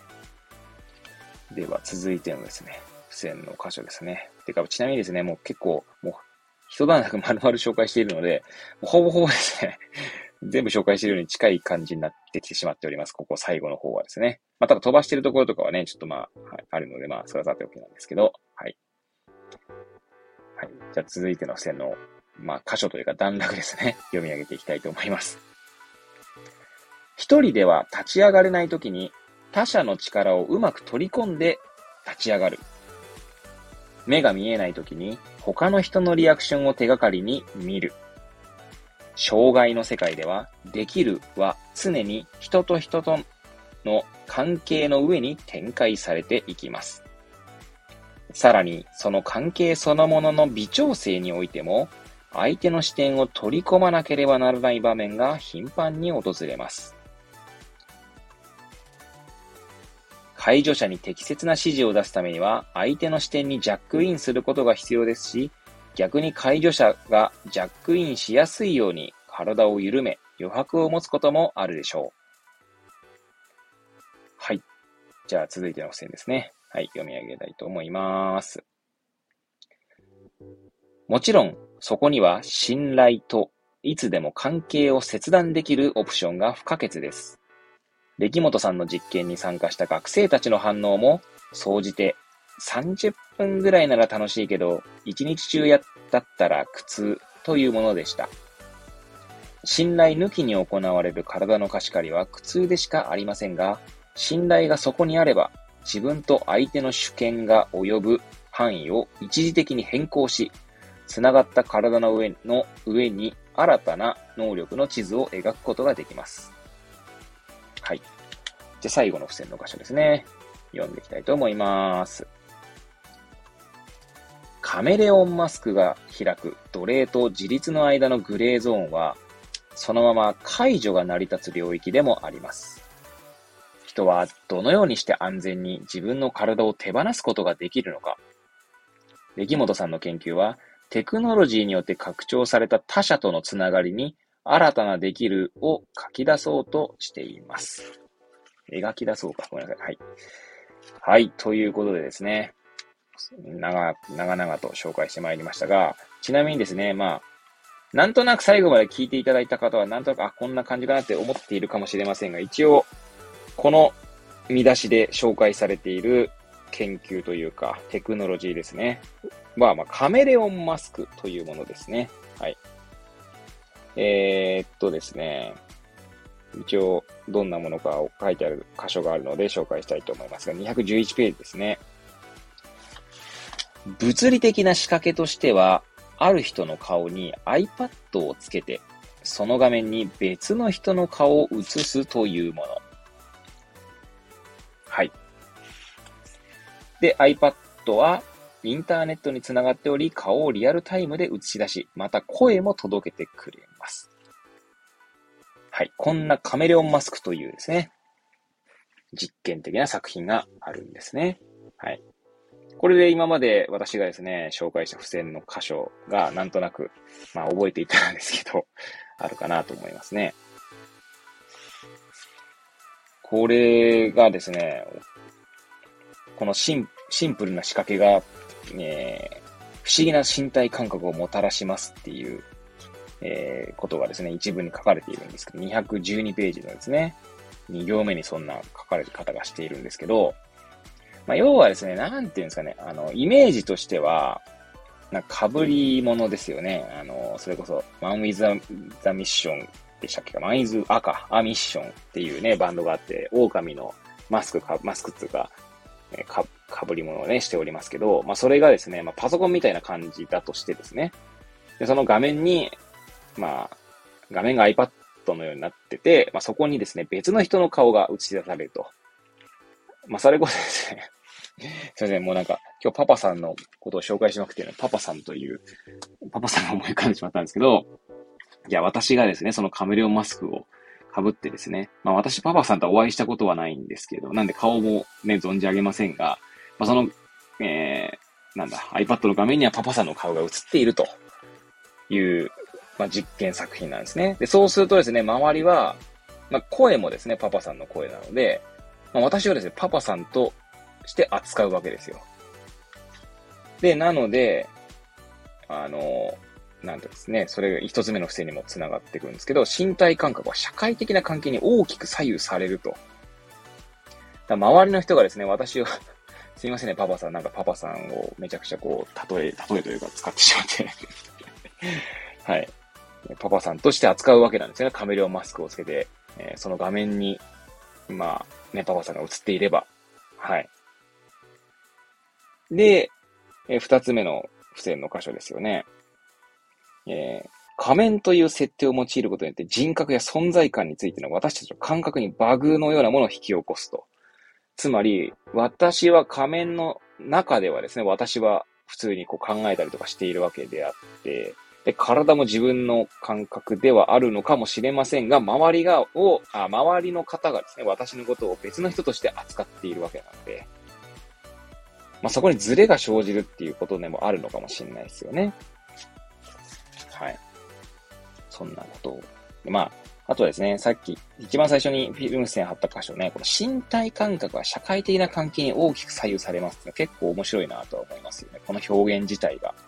では続いてのですね、付箋の箇所ですね。ちなみにですね、もう結構、一段落丸々紹介しているので、ほぼほぼですね、全部紹介しているように近い感じになってきてしまっております。ここ最後の方はですね。ただ飛ばしているところとかはね、ちょっとはい、あるので、それはさておきなんですけど、はい。はい。じゃあ続いての付箋の、箇所というか段落ですね。読み上げていきたいと思います。一人では立ち上がれないときに、他者の力をうまく取り込んで立ち上がる。目が見えないときに他の人のリアクションを手がかりに見る。障害の世界では、できるは常に人と人との関係の上に展開されていきます。さらに、その関係そのものの微調整においても、相手の視点を取り込まなければならない場面が頻繁に訪れます。介助者に適切な指示を出すためには、相手の視点にジャックインすることが必要ですし、逆に介助者がジャックインしやすいように体を緩め、余白を持つこともあるでしょう。はい。じゃあ続いての付箋ですね。はい、読み上げたいと思います。もちろん、そこには信頼といつでも関係を切断できるオプションが不可欠です。出来本さんの実験に参加した学生たちの反応も、総じて30分ぐらいなら楽しいけど、1日中だったら苦痛というものでした。信頼抜きに行われる体の貸し借りは苦痛でしかありませんが、信頼がそこにあれば、自分と相手の主権が及ぶ範囲を一時的に変更し、つながった体の上に新たな能力の地図を描くことができます。はい。じゃあ最後の付箋の箇所ですね。読んでいきたいと思います。 カメレオンマスクが開く奴隷と自立の間のグレーゾーンは、そのまま解除が成り立つ領域でもあります。人はどのようにして安全に自分の体を手放すことができるのか。出来本さんの研究は、テクノロジーによって拡張された他者とのつながりに新たなできるを書き出そうとしています。描き出そうか。ごめんなさい。はい。はい。ということでですね、長々と紹介してまいりましたが、ちなみにですね、なんとなく最後まで聞いていただいた方は、なんとなく、こんな感じかなって思っているかもしれませんが、一応、この見出しで紹介されている研究というか、テクノロジーですね。カメレオンマスクというものですね。はい。ですね、一応、どんなものかを書いてある箇所があるので紹介したいと思いますが、211ページですね。物理的な仕掛けとしては、ある人の顔に iPad をつけて、その画面に別の人の顔を映すというもの。はい。で、iPad はインターネットにつながっており、顔をリアルタイムで映し出し、また声も届けてくれます。はい。こんなカメレオンマスクというですね、実験的な作品があるんですね。はい。これで今まで私がですね、紹介した付箋の箇所がなんとなく、覚えていたんですけど、あるかなと思いますね。これがですね、このシンプルな仕掛けが、不思議な身体感覚をもたらしますっていう、ことがですね、一文に書かれているんですけど、212ページのですね、2行目にそんな書かれる方がしているんですけど、要はですね、なんていうんですかね、イメージとしては、被り物ですよね。それこそ、Man with the Mission でしたっけか、Man is a Mission っていうね、バンドがあって、狼のマスクっていうか、被り物をね、しておりますけど、それがですね、パソコンみたいな感じだとしてですね、で、その画面に、画面が iPad のようになってて、そこにですね、別の人の顔が映し出されると。それこそですね、すいません、もう今日パパさんのことを紹介しまくってるのパパさんが思い浮かんでしまったんですけど、じゃあ私がですね、そのカメレオンマスクを被ってですね、私パパさんとお会いしたことはないんですけど、なんで顔もね、存じ上げませんが、その、iPad の画面にはパパさんの顔が映っているという、実験作品なんですね。で、そうするとですね、周りは、声もですね、パパさんの声なので、私をですね、パパさんとして扱うわけですよ。で、なので、なんとですね、それが一つ目の付箋にも繋がってくるんですけど、身体感覚は社会的な関係に大きく左右されると。周りの人がですね、私をすいませんね、パパさん、パパさんをめちゃくちゃ例えというか使ってしまってはい。パパさんとして扱うわけなんですよね。カメレオンマスクをつけて、その画面に、パパさんが映っていれば。はい。で、二つ目の付箋の箇所ですよね。仮面という設定を用いることによって人格や存在感についての私たちの感覚にバグのようなものを引き起こすと。つまり、私は仮面の中ではですね、私は普通に考えたりとかしているわけであって、で、体も自分の感覚ではあるのかもしれませんが、周りの方がですね、私のことを別の人として扱っているわけなので、そこにズレが生じるっていうことでもあるのかもしれないですよね。はい。そんなことを。あとはですね、さっき一番最初にフィルム線貼った箇所ね、この身体感覚は社会的な関係に大きく左右されますって結構面白いなとは思いますよね。この表現自体が。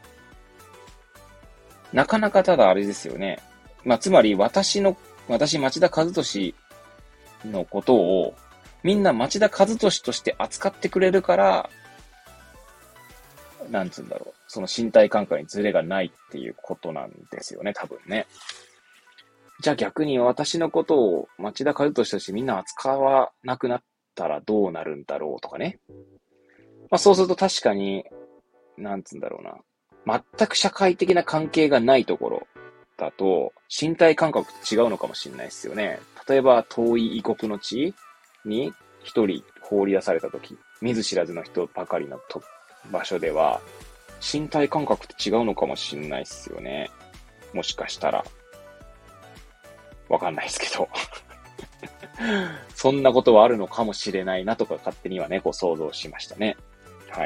なかなかただあれですよね。つまり私、町田和俊のことを、みんな町田和俊として扱ってくれるから、なんつうんだろう。その身体感覚にズレがないっていうことなんですよね、多分ね。じゃあ逆に私のことを町田和俊としてみんな扱わなくなったらどうなるんだろうとかね。そうすると確かに、なんつうんだろうな。全く社会的な関係がないところだと、身体感覚と違うのかもしれないですよね。例えば、遠い異国の地に一人放り出されたとき、見ず知らずの人ばかりの場所では、 身体感覚って違うのかもしれないっすよね。もしかしたら。わかんないですけど。そんなことはあるのかもしれないなとか勝手にはね、こう想像しましたね。はい。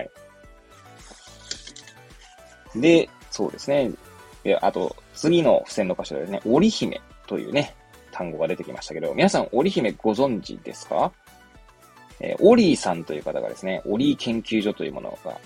で、そうですね。あと、次の付箋の箇所でね、織姫というね、単語が出てきましたけど、皆さん織姫ご存知ですか？オリーさんという方がですね、オリー研究所というものが、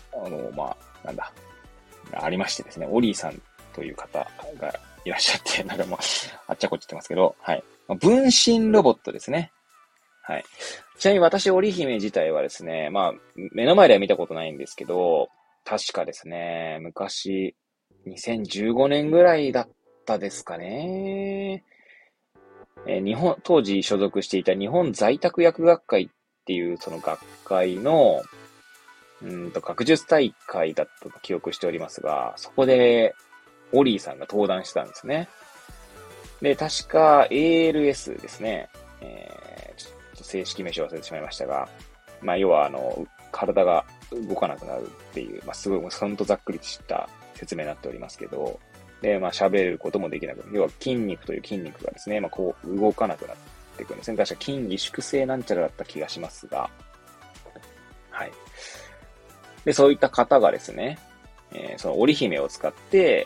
ありましてですね、オリーさんという方がいらっしゃって、なんかもう、あっちゃこっちゃってますけど、はい。分身ロボットですね。はい。ちなみに私、織姫自体はですね、目の前では見たことないんですけど、確かですね、昔、2015年ぐらいだったですかね。当時所属していた日本在宅薬学会っていうその学会の、学術大会だったと記憶しておりますが、そこで、オリーさんが登壇してたんですね。で、確か ALS ですね。ちょっと正式名称忘れてしまいましたが、要は体が動かなくなるっていう、すごい、ほんとざっくりした説明になっておりますけど、で、喋ることもできなくなる。要は筋肉という筋肉がですね、こう動かなくなっていくんですね。確か筋萎縮性なんちゃらだった気がしますが、はい。で、そういった方がですね、その織姫を使って、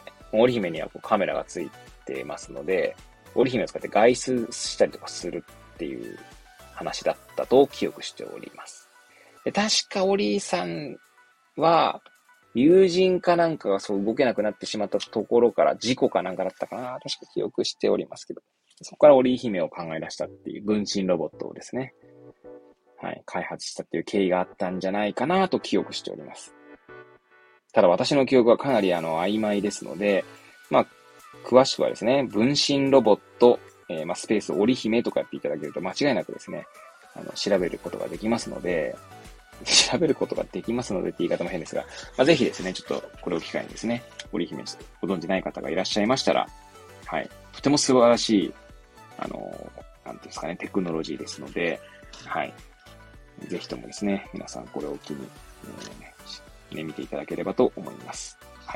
織姫にはこうカメラがついてますので、織姫を使って外出したりとかするっていう話だったと記憶しております。で、確か織さんは、友人かなんかがそう動けなくなってしまったところから事故かなんかだったかな、確か記憶しておりますけど、そこから織姫を考え出したっていう分身ロボットをですね、はい、開発したっていう経緯があったんじゃないかなと記憶しております。ただ私の記憶はかなり曖昧ですので、詳しくはですね、分身ロボット、スペース織姫とかやっていただけると間違いなくですね、調べることができますので、調べることができますのでって言い方も変ですが、ぜひですね、ちょっとこれを機会にですね、織姫ご存じない方がいらっしゃいましたら、はい、とても素晴らしい、なんていうんですかね、テクノロジーですので、はい、ぜひともですね、皆さんこれを機に、見ていただければと思います。はい。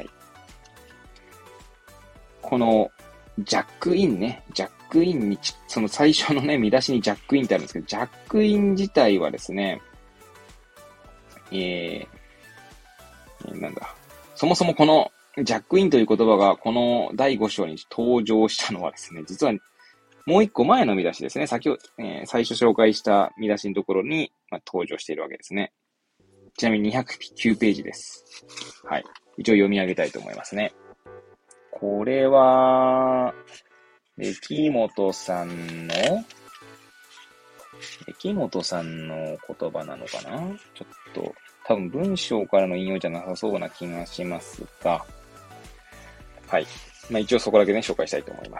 この、ジャックインね、ジャックインに、その最初のね、見出しにジャックインってあるんですけど、ジャックイン自体はですね、そもそもこのジャックインという言葉がこの第5章に登場したのはですね、実はもう一個前の見出しですね。最初紹介した見出しのところに、登場しているわけですね。ちなみに209ページです。はい。一応読み上げたいと思いますね。これは、木本さんの言葉なのかな？ちょっと、多分文章からの引用じゃなさそうな気がしますが、はい。一応そこだけね、紹介したいと思います。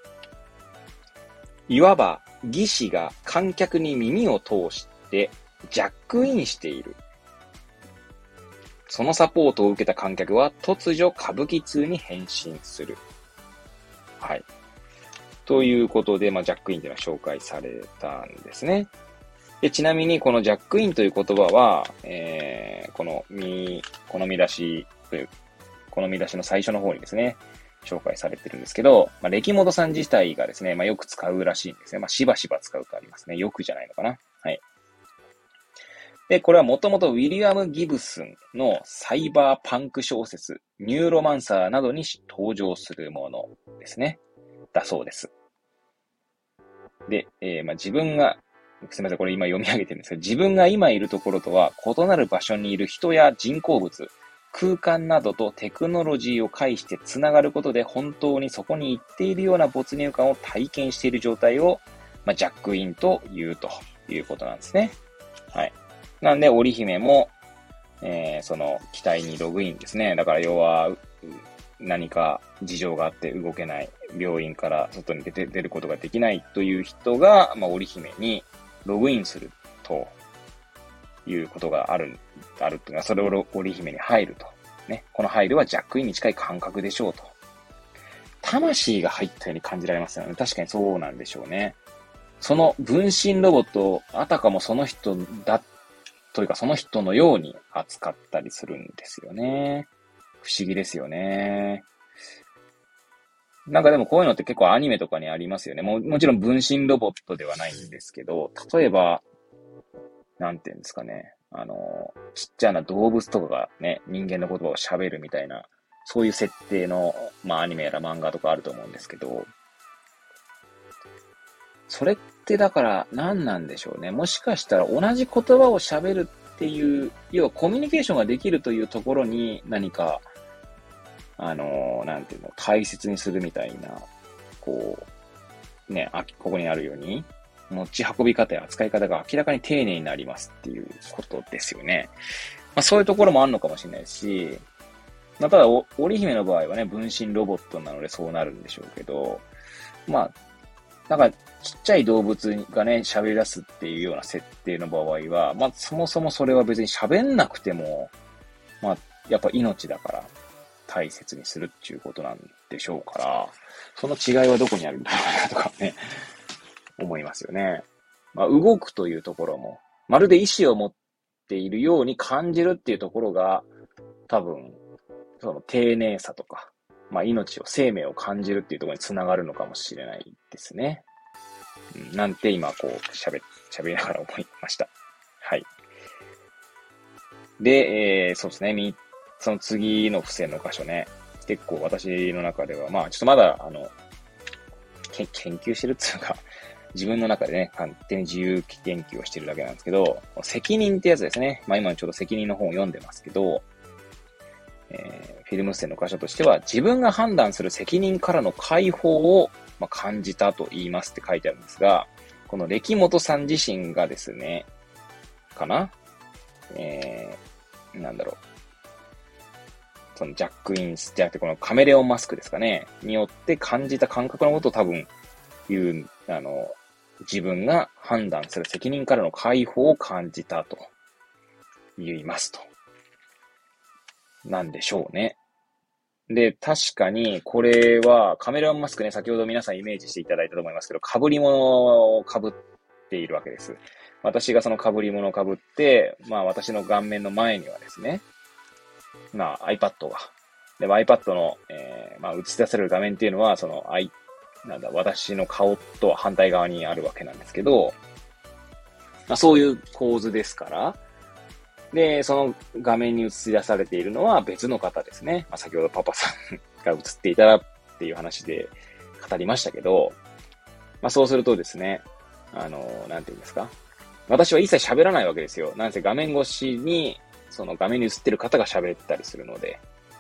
いわば、技師が観客に耳を通してジャックインしている。そのサポートを受けた観客は突如歌舞伎通に変身する。はい。ということで、ジャックインというのは紹介されたんですね。で、ちなみにこのジャックインという言葉は、この見出しの最初の方にですね、紹介されてるんですけど、歴本さん自体がですね、よく使うらしいんですね。しばしば使うとありますね。よくじゃないのかな。はい。で、これはもともとウィリアム・ギブスンのサイバーパンク小説、ニューロマンサーなどに登場するものですね。だそうです。で、自分が、すみません、これ今読み上げてるんですけど、自分が今いるところとは異なる場所にいる人や人工物、空間などとテクノロジーを介してつながることで本当にそこに行っているような没入感を体験している状態を、ジャックインというということなんですね。はい。なんで、織姫も、その機体にログインですね。だから要は、何か事情があって動けない、病院から外に出ることができないという人が、織姫にログインするということがあるというのは、それを織姫に入ると。ね。この入るはジャックインに近い感覚でしょうと。魂が入ったように感じられますよね。確かにそうなんでしょうね。その分身ロボットをあたかもその人だというかその人のように扱ったりするんですよね。 不思議ですよね。なんかでもこういうのって結構アニメとかにありますよね。もちろん分身ロボットではないんですけど、例えば、なんていうんですかね。ちっちゃな動物とかがね、人間の言葉を喋るみたいな、そういう設定の、まあアニメやら漫画とかあると思うんですけど、それってだから何なんでしょうね。もしかしたら同じ言葉を喋るっていう、要はコミュニケーションができるというところに何か、なんていうの、大切にするみたいな、こう、ね、ここにあるように、持ち運び方や扱い方が明らかに丁寧になりますっていうことですよね。まあそういうところもあるのかもしれないし、まあただ、織姫の場合はね、分身ロボットなのでそうなるんでしょうけど、まあ、なんか、ちっちゃい動物がね、喋り出すっていうような設定の場合は、まあ、そもそもそれは別に喋んなくても、まあ、やっぱ命だから大切にするっていうことなんでしょうから、その違いはどこにあるんだろうなとかね、思いますよね。まあ、動くというところも、まるで意志を持っているように感じるっていうところが、多分、その丁寧さとか、まあ、生命を感じるっていうところにつながるのかもしれないですね。なんて今こう喋りながら思いました。はい。で、そうですね。その次の付箋の箇所ね。結構私の中では、まあちょっとまだ、研究してるっていうか、自分の中でね、勝手に自由研究をしてるだけなんですけど、責任ってやつですね。まあ今ちょうど責任の本を読んでますけど、フィルム付箋の箇所としては、自分が判断する責任からの解放を、感じたと言いますって書いてあるんですが、この歴本さん自身がですね、かななんだろう。そのジャックインスじゃなくてこのカメレオンマスクですかね、によって感じた感覚のことを多分言う、自分が判断する責任からの解放を感じたと言いますと。なんでしょうね。で、確かに、これは、カメラマンマスクね、先ほど皆さんイメージしていただいたと思いますけど、被り物を被っているわけです。私がその被り物を被って、私の顔面の前にはですね、iPad が。で、iPad の、映し出される画面っていうのは、私の顔とは反対側にあるわけなんですけど、そういう構図ですから、で、その画面に映し出されているのは別の方ですね。先ほどパパさんが映っていたらっていう話で語りましたけど、そうするとですね、なんていうんですか。私は一切喋らないわけですよ。なんせ画面越しに、その画面に映ってる方が喋ったりするので。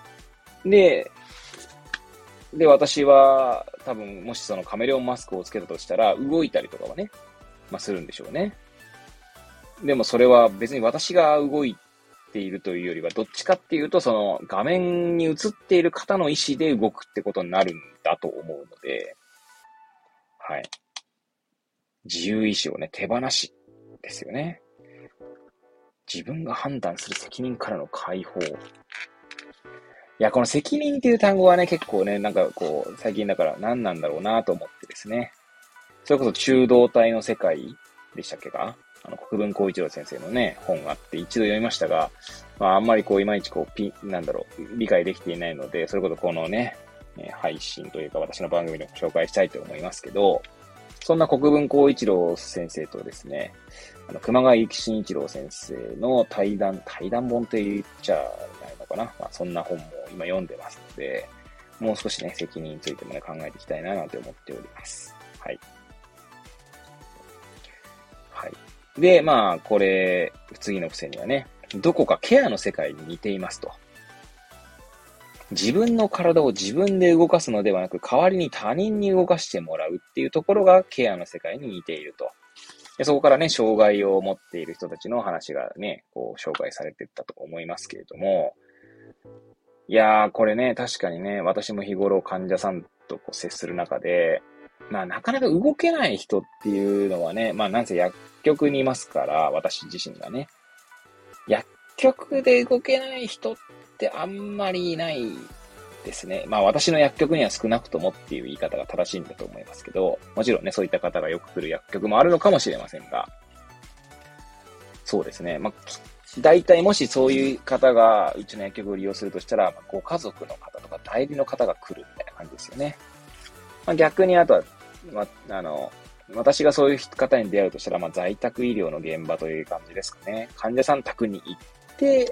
で、私は多分、もしそのカメレオンマスクをつけたとしたら、動いたりとかはね、するんでしょうね。でもそれは別に私が動いているというよりは、どっちかっていうと、その画面に映っている方の意思で動くってことになるんだと思うので、はい。自由意志をね、手放しですよね。自分が判断する責任からの解放。いや、この責任っていう単語はね、結構ね、なんかこう、最近だから何なんだろうなと思ってですね。それこそ中道体の世界でしたっけか？国分光一郎先生のね、本があって一度読みましたが、あんまりこう、いまいちこう、理解できていないので、それこそこのね、配信というか私の番組でも紹介したいと思いますけど、そんな国分光一郎先生とですね、熊谷慎一郎先生の対談本と言っちゃないのかな。そんな本も今読んでますので、もう少しね、責任についてもね、考えていきたいななんて思っております。はい。はい。で、これ、次の付箋にはね、どこかケアの世界に似ていますと。自分の体を自分で動かすのではなく、代わりに他人に動かしてもらうっていうところがケアの世界に似ていると。でそこからね、障害を持っている人たちの話がね、こう、紹介されていったと思いますけれども、いやー、これね、確かにね、私も日頃患者さんとこう接する中で、なかなか動けない人っていうのはね、なんせ薬局にいますから、私自身がね、薬局で動けない人ってあんまりいないですね。私の薬局には少なくともっていう言い方が正しいんだと思いますけど、もちろんね、そういった方がよく来る薬局もあるのかもしれませんが、そうですね。きっ大体もしそういう方がうちの薬局を利用するとしたら、ご家族の方とか代理の方が来るみたいな感じですよね。逆にあとは、私がそういう方に出会うとしたら、在宅医療の現場という感じですかね。患者さん宅に行って、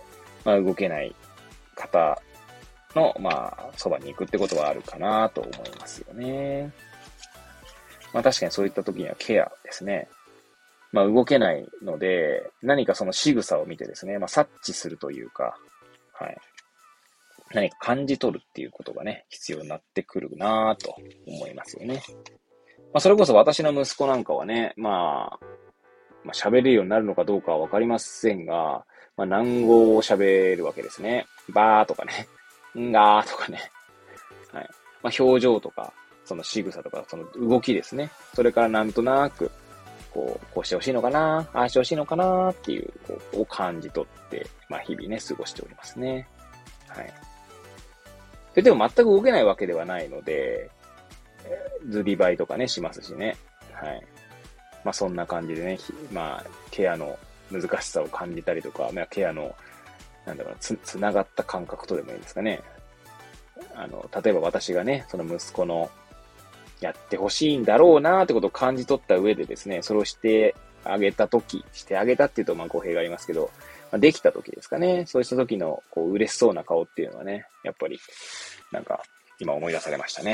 動けない方の、そばに行くってことはあるかなと思いますよね。確かにそういった時にはケアですね。動けないので、何かその仕草を見てですね、察知するというか、はい。何か感じ取るっていうことがね、必要になってくるなぁと思いますよね。それこそ私の息子なんかはね、喋れるようになるのかどうかはわかりませんが、南語を喋るわけですね。バーとかね、んがーとかね。はい。表情とか、その仕草とか、その動きですね。それからなんとなく、こうしてほしいのかな、ああしてほしいのかなっていう、を感じ取って、日々ね、過ごしておりますね。はい。でも全く動けないわけではないので、ズリバイとかね、しますしね。はい。そんな感じでね、ケアの難しさを感じたりとか、ケアの、つながった感覚とでもいいんですかね。例えば私がね、その息子のやってほしいんだろうなーってことを感じ取った上でですね、それをしてあげたっていうと語弊がありますけど、できた時ですかね、そうした時の嬉しそうな顔っていうのはね、やっぱり、今思い出されましたね。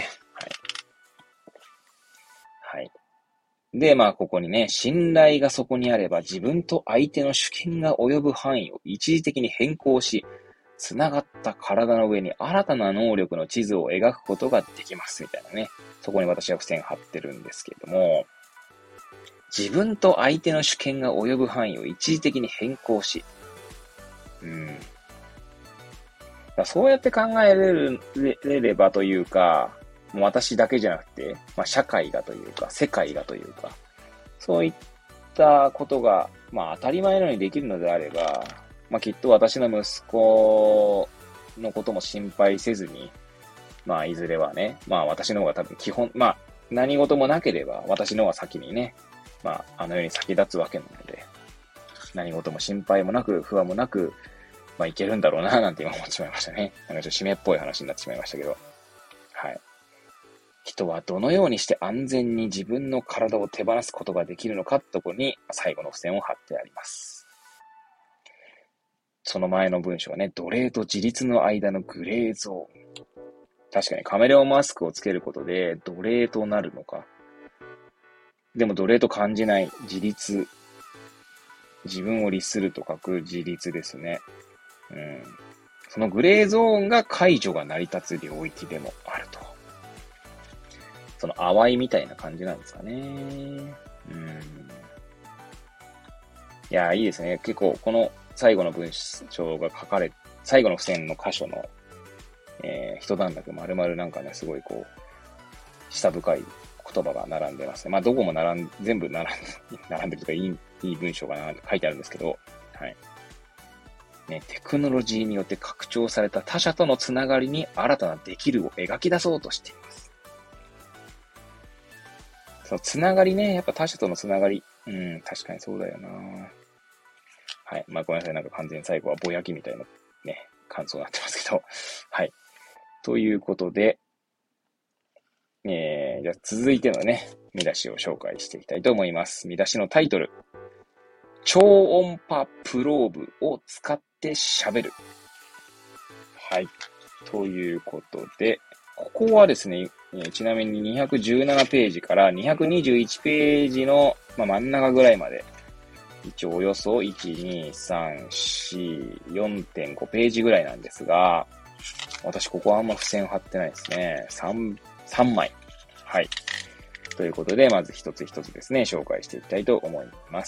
はい。はい。で、ここにね、信頼がそこにあれば自分と相手の主権が及ぶ範囲を一時的に変更し、つながった体の上に新たな能力の地図を描くことができます、みたいなね。そこに私は付箋貼ってるんですけれども、自分と相手の主権が及ぶ範囲を一時的に変更し、そうやって考えれればというか、もう私だけじゃなくて、社会がというか、世界がというか、そういったことが、当たり前のようにできるのであれば、きっと私の息子のことも心配せずに、いずれはね、私の方が多分基本、何事もなければ私の方が先にね、あの世に先立つわけなので、何事も心配もなく、不安もなく、いけるんだろうな、なんて今思ってしまいましたね。ちょっと締めっぽい話になってしまいましたけど。はい。人はどのようにして安全に自分の体を手放すことができるのかってところに最後の付箋を貼ってあります。その前の文章はね、奴隷と自立の間のグレーゾーン。確かにカメレオンマスクをつけることで奴隷となるのか。でも奴隷と感じない自立。自分を律すると書く自立ですね。そのグレーゾーンが解除が成り立つ領域でもあると。その淡いみたいな感じなんですかね。いや、いいですね。結構、この最後の文章が最後の付箋の箇所の、一段落丸々すごい下深い言葉が並んでますね。どこも全部並んでるとかいい文章が書いてあるんですけど、はい。ね、テクノロジーによって拡張された他者とのつながりに新たなできるを描き出そうとしています。そのつながりね、やっぱ他者とのつながり。確かにそうだよな。はい。ごめんなさい。完全に最後はぼやきみたいなね、感想になってますけど。はい。ということで、じゃあ続いてのね、見出しを紹介していきたいと思います。見出しのタイトル。超音波プローブを使って喋る。はい。ということで、ここはですね、ちなみに217ページから221ページの、真ん中ぐらいまで、一応およそ1、2、3、4、4.5ページぐらいなんですが、私ここはあんま付箋貼ってないですね。3枚。はい。ということで、まず一つ一つですね、紹介していきたいと思います。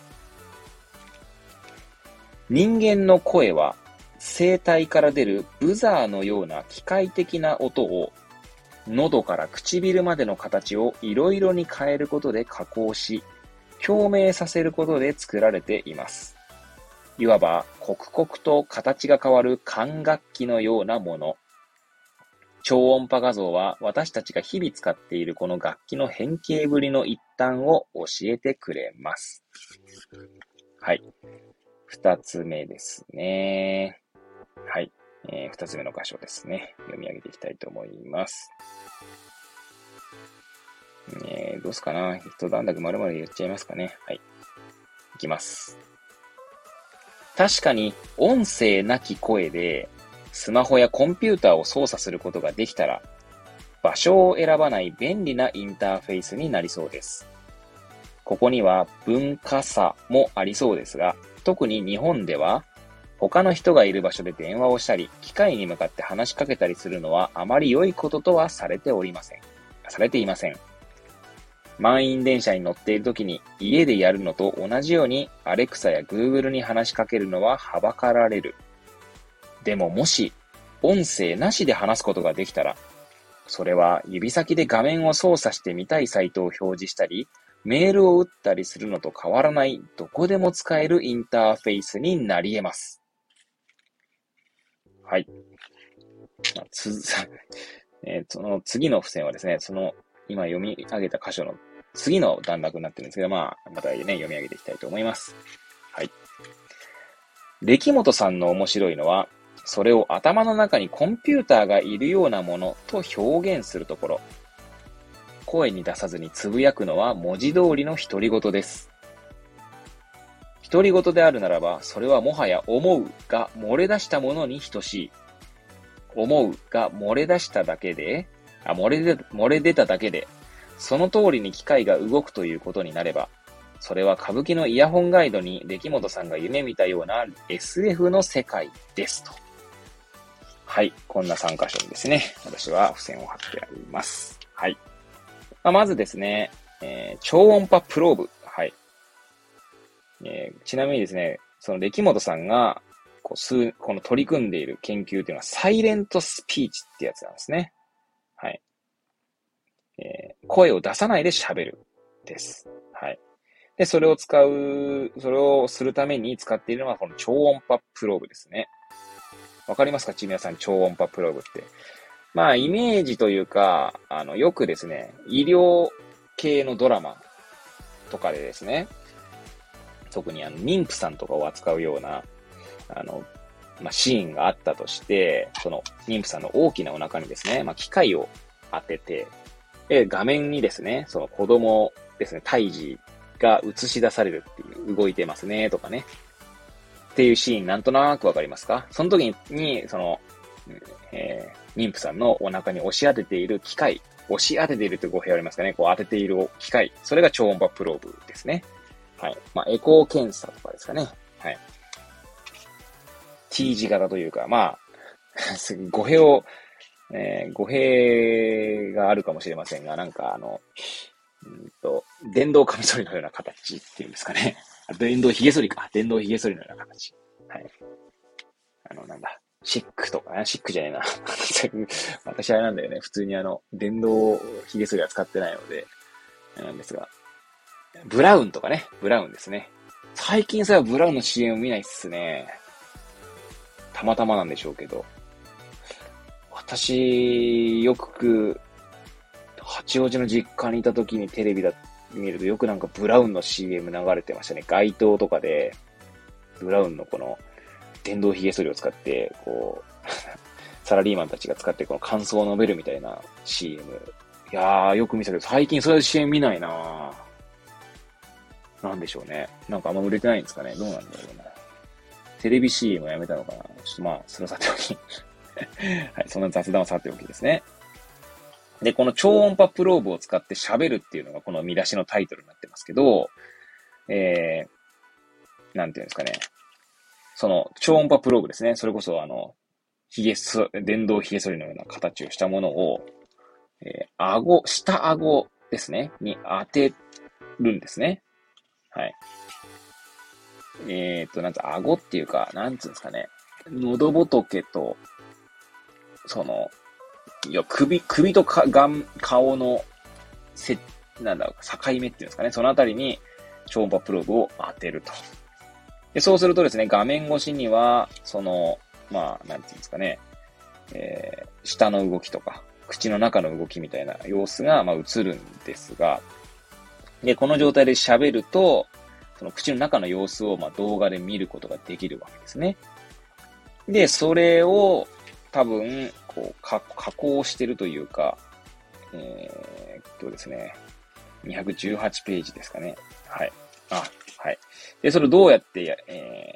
人間の声は、声帯から出るブザーのような機械的な音を、喉から唇までの形をいろいろに変えることで加工し、共鳴させることで作られています。いわば、刻々と形が変わる管楽器のようなもの。超音波画像は私たちが日々使っているこの楽器の変形ぶりの一端を教えてくれます。はい。 二つ目ですね。はい。二つ目の箇所ですね。読み上げていきたいと思います。どうすかな。一段落丸々言っちゃいますかね。はい。いきます。確かに音声なき声でスマホやコンピューターを操作することができたら、場所を選ばない便利なインターフェースになりそうです。ここには文化差もありそうですが、特に日本では他の人がいる場所で電話をしたり、機械に向かって話しかけたりするのはあまり良いこととはされていません。満員電車に乗っている時に家でやるのと同じようにアレクサやグーグルに話しかけるのははばかられる。でももし音声なしで話すことができたら、それは指先で画面を操作して見たいサイトを表示したり、メールを打ったりするのと変わらないどこでも使えるインターフェースになり得ます。はい。その次の付箋はですね、今読み上げた箇所の次の段落になってるんですけど、またね、読み上げていきたいと思います。はい。歴本さんの面白いのは、それを頭の中にコンピューターがいるようなものと表現するところ。声に出さずにつぶやくのは文字通りの独り言です。独り言であるならば、それはもはや思うが漏れ出したものに等しい。思うが漏れ出しただけで、漏れ出ただけで、その通りに機械が動くということになれば、それは歌舞伎のイヤホンガイドに歴本さんが夢見たような SF の世界ですと。はい。こんな3箇所にですね、私は付箋を貼ってあります。はい。まずですね、超音波プローブ。はい。ちなみにですね、その歴本さんが、この取り組んでいる研究というのは、サイレントスピーチってやつなんですね。はい。声を出さないで喋る。です。はい。で、それをするために使っているのが、この超音波プローブですね。わかりますか皆さん、超音波プローブって。イメージというか、よくですね、医療系のドラマとかでですね、特に妊婦さんとかを扱うような、シーンがあったとして、その妊婦さんの大きなお腹にですね、機械を当てて、画面にですね、その子供ですね、胎児が映し出されるっていう、動いてますね、とかね。っていうシーンなんとなくわかりますか？その時に、妊婦さんのお腹に押し当てている機械、押し当てているという語弊ありますかね、こう当てている機械、それが超音波プローブですね。はい。エコー検査とかですかね。はい。T 字型というか、語弊があるかもしれませんが、電動カミソリのような形っていうんですかね。電動髭剃りのような形。はい。シックとかね、シックじゃねえな。私あれなんだよね。普通に電動髭剃りは使ってないので、なんですが。ブラウンとかね。ブラウンですね。最近さ、ブラウンの CM 見ないっすね。たまたまなんでしょうけど。私、よく、八王子の実家にいた時にテレビ見るとよくブラウンの CM 流れてましたね。街頭とかで、ブラウンのこの電動髭剃りを使って、サラリーマンたちが使ってこの感想を述べるみたいな CM。いやー、よく見たけど、最近そういう CM 見ないなぁ。なんでしょうね。あんま売れてないんですかね。どうなんだろうな。テレビ CM をやめたのかな。ちょっとそれはさておき。はい、そんな雑談はさておきですね。で、この超音波プローブを使って喋るっていうのがこの見出しのタイトルになってますけど、なんていうんですかね。その超音波プローブですね。それこそ電動髭剃りのような形をしたものを、下顎ですね、に当てるんですね。はい。顎っていうか、なんつうんですかね。喉仏と、首と顔の境目っていうんですかね。そのあたりに超音波プローブを当てると。で、そうするとですね、画面越しには、なんていうんですかね、舌の動きとか、口の中の動きみたいな様子が、映るんですが、で、この状態で喋ると、 その口の中の様子を動画で見ることができるわけですね。で、それを多分、加工してるというか、ですね、218ページですかね。はい。はい。で、それをどうやって、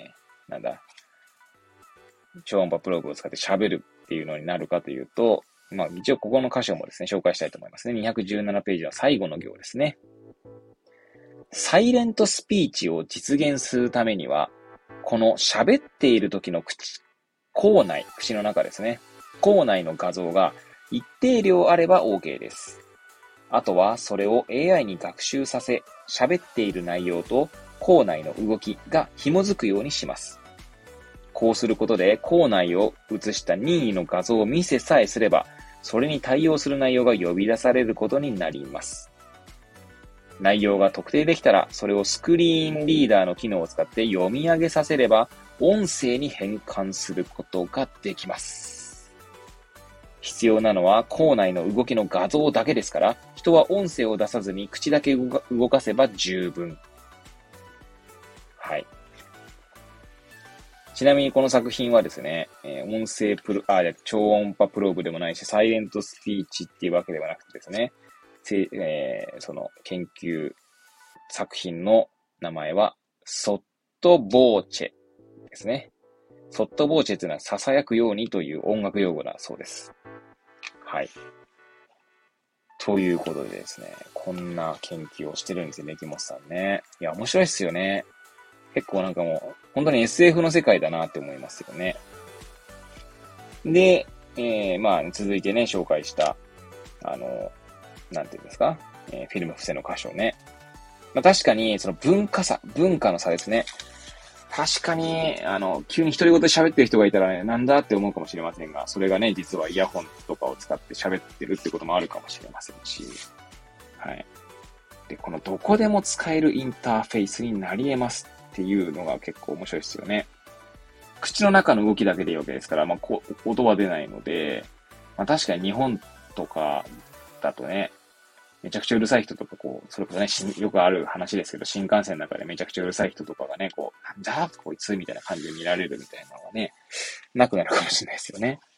超音波プローブを使って喋るっていうのになるかというと、一応ここの箇所もですね、紹介したいと思いますね。217ページの最後の行ですね。サイレントスピーチを実現するためには、この喋っている時の口の中ですね。口内の画像が一定量あれば OK です。あとはそれを AI に学習させ、喋っている内容と口内の動きが紐づくようにします。こうすることで口内を映した任意の画像を見せさえすれば、それに対応する内容が呼び出されることになります。内容が特定できたら、それをスクリーンリーダーの機能を使って読み上げさせれば、音声に変換することができます。必要なのは口内の動きの画像だけですから、人は音声を出さずに口だけ動かせば十分。はい。ちなみにこの作品はですね、超音波プローブでもないし、サイレントスピーチっていうわけではなくてですね、その研究作品の名前は、ソットボーチェですね。ソットボーチェというのは囁くようにという音楽用語だそうです。はい。ということでですね、こんな研究をしてるんですよね、木本さんね。いや、面白いっすよね。結構なんかもう、本当に SF の世界だなって思いますよね。で、続いてね、紹介した、なんていうんですか、フィルム伏せの箇所ね。確かに、その文化の差ですね。確かに、急に独り言で喋ってる人がいたらね、なんだって思うかもしれませんが、それがね、実はイヤホンとかを使って喋ってるってこともあるかもしれませんし、はい。で、このどこでも使えるインターフェースになり得ますっていうのが結構面白いですよね。口の中の動きだけでいいわけですから、音は出ないので、確かに日本とかだとね、めちゃくちゃうるさい人とか、それこそね、よくある話ですけど、新幹線の中でめちゃくちゃうるさい人とかがね、なんだこいつみたいな感じで見られるみたいなのがね、なくなるかもしれないですよね。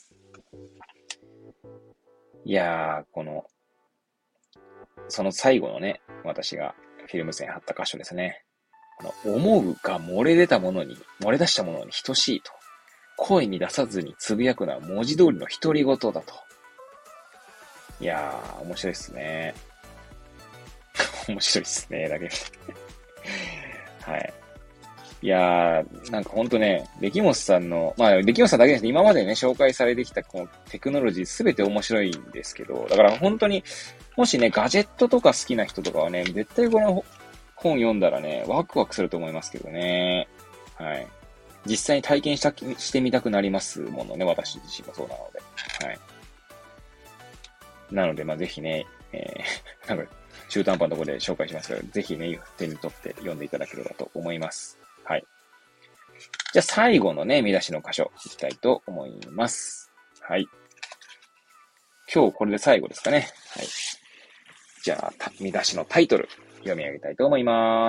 いやー、その最後のね、私がフィルム線貼った箇所ですね。思うが漏れ出したものに等しいと。声に出さずにつぶやくのは文字通りの独り言だと。いやー、面白いっすね。面白いっすね、だけはい。いやー、なんかほんとね、出来本さんの、出来本さんだけですね、今までね、紹介されてきたこのテクノロジーすべて面白いんですけど、だから本当に、もしね、ガジェットとか好きな人とかはね、絶対この本読んだらね、ワクワクすると思いますけどね。はい。実際に体験してみたくなりますものね、私自身もそうなので。はい。なので、ぜひね、なんか、中途半端なところで紹介しますけど、ぜひね、手に取って読んでいただければと思います。はい。じゃあ最後のね、見出しの箇所、いきたいと思います。はい。今日これで最後ですかね。はい。じゃあ、見出しのタイトル、読み上げたいと思います。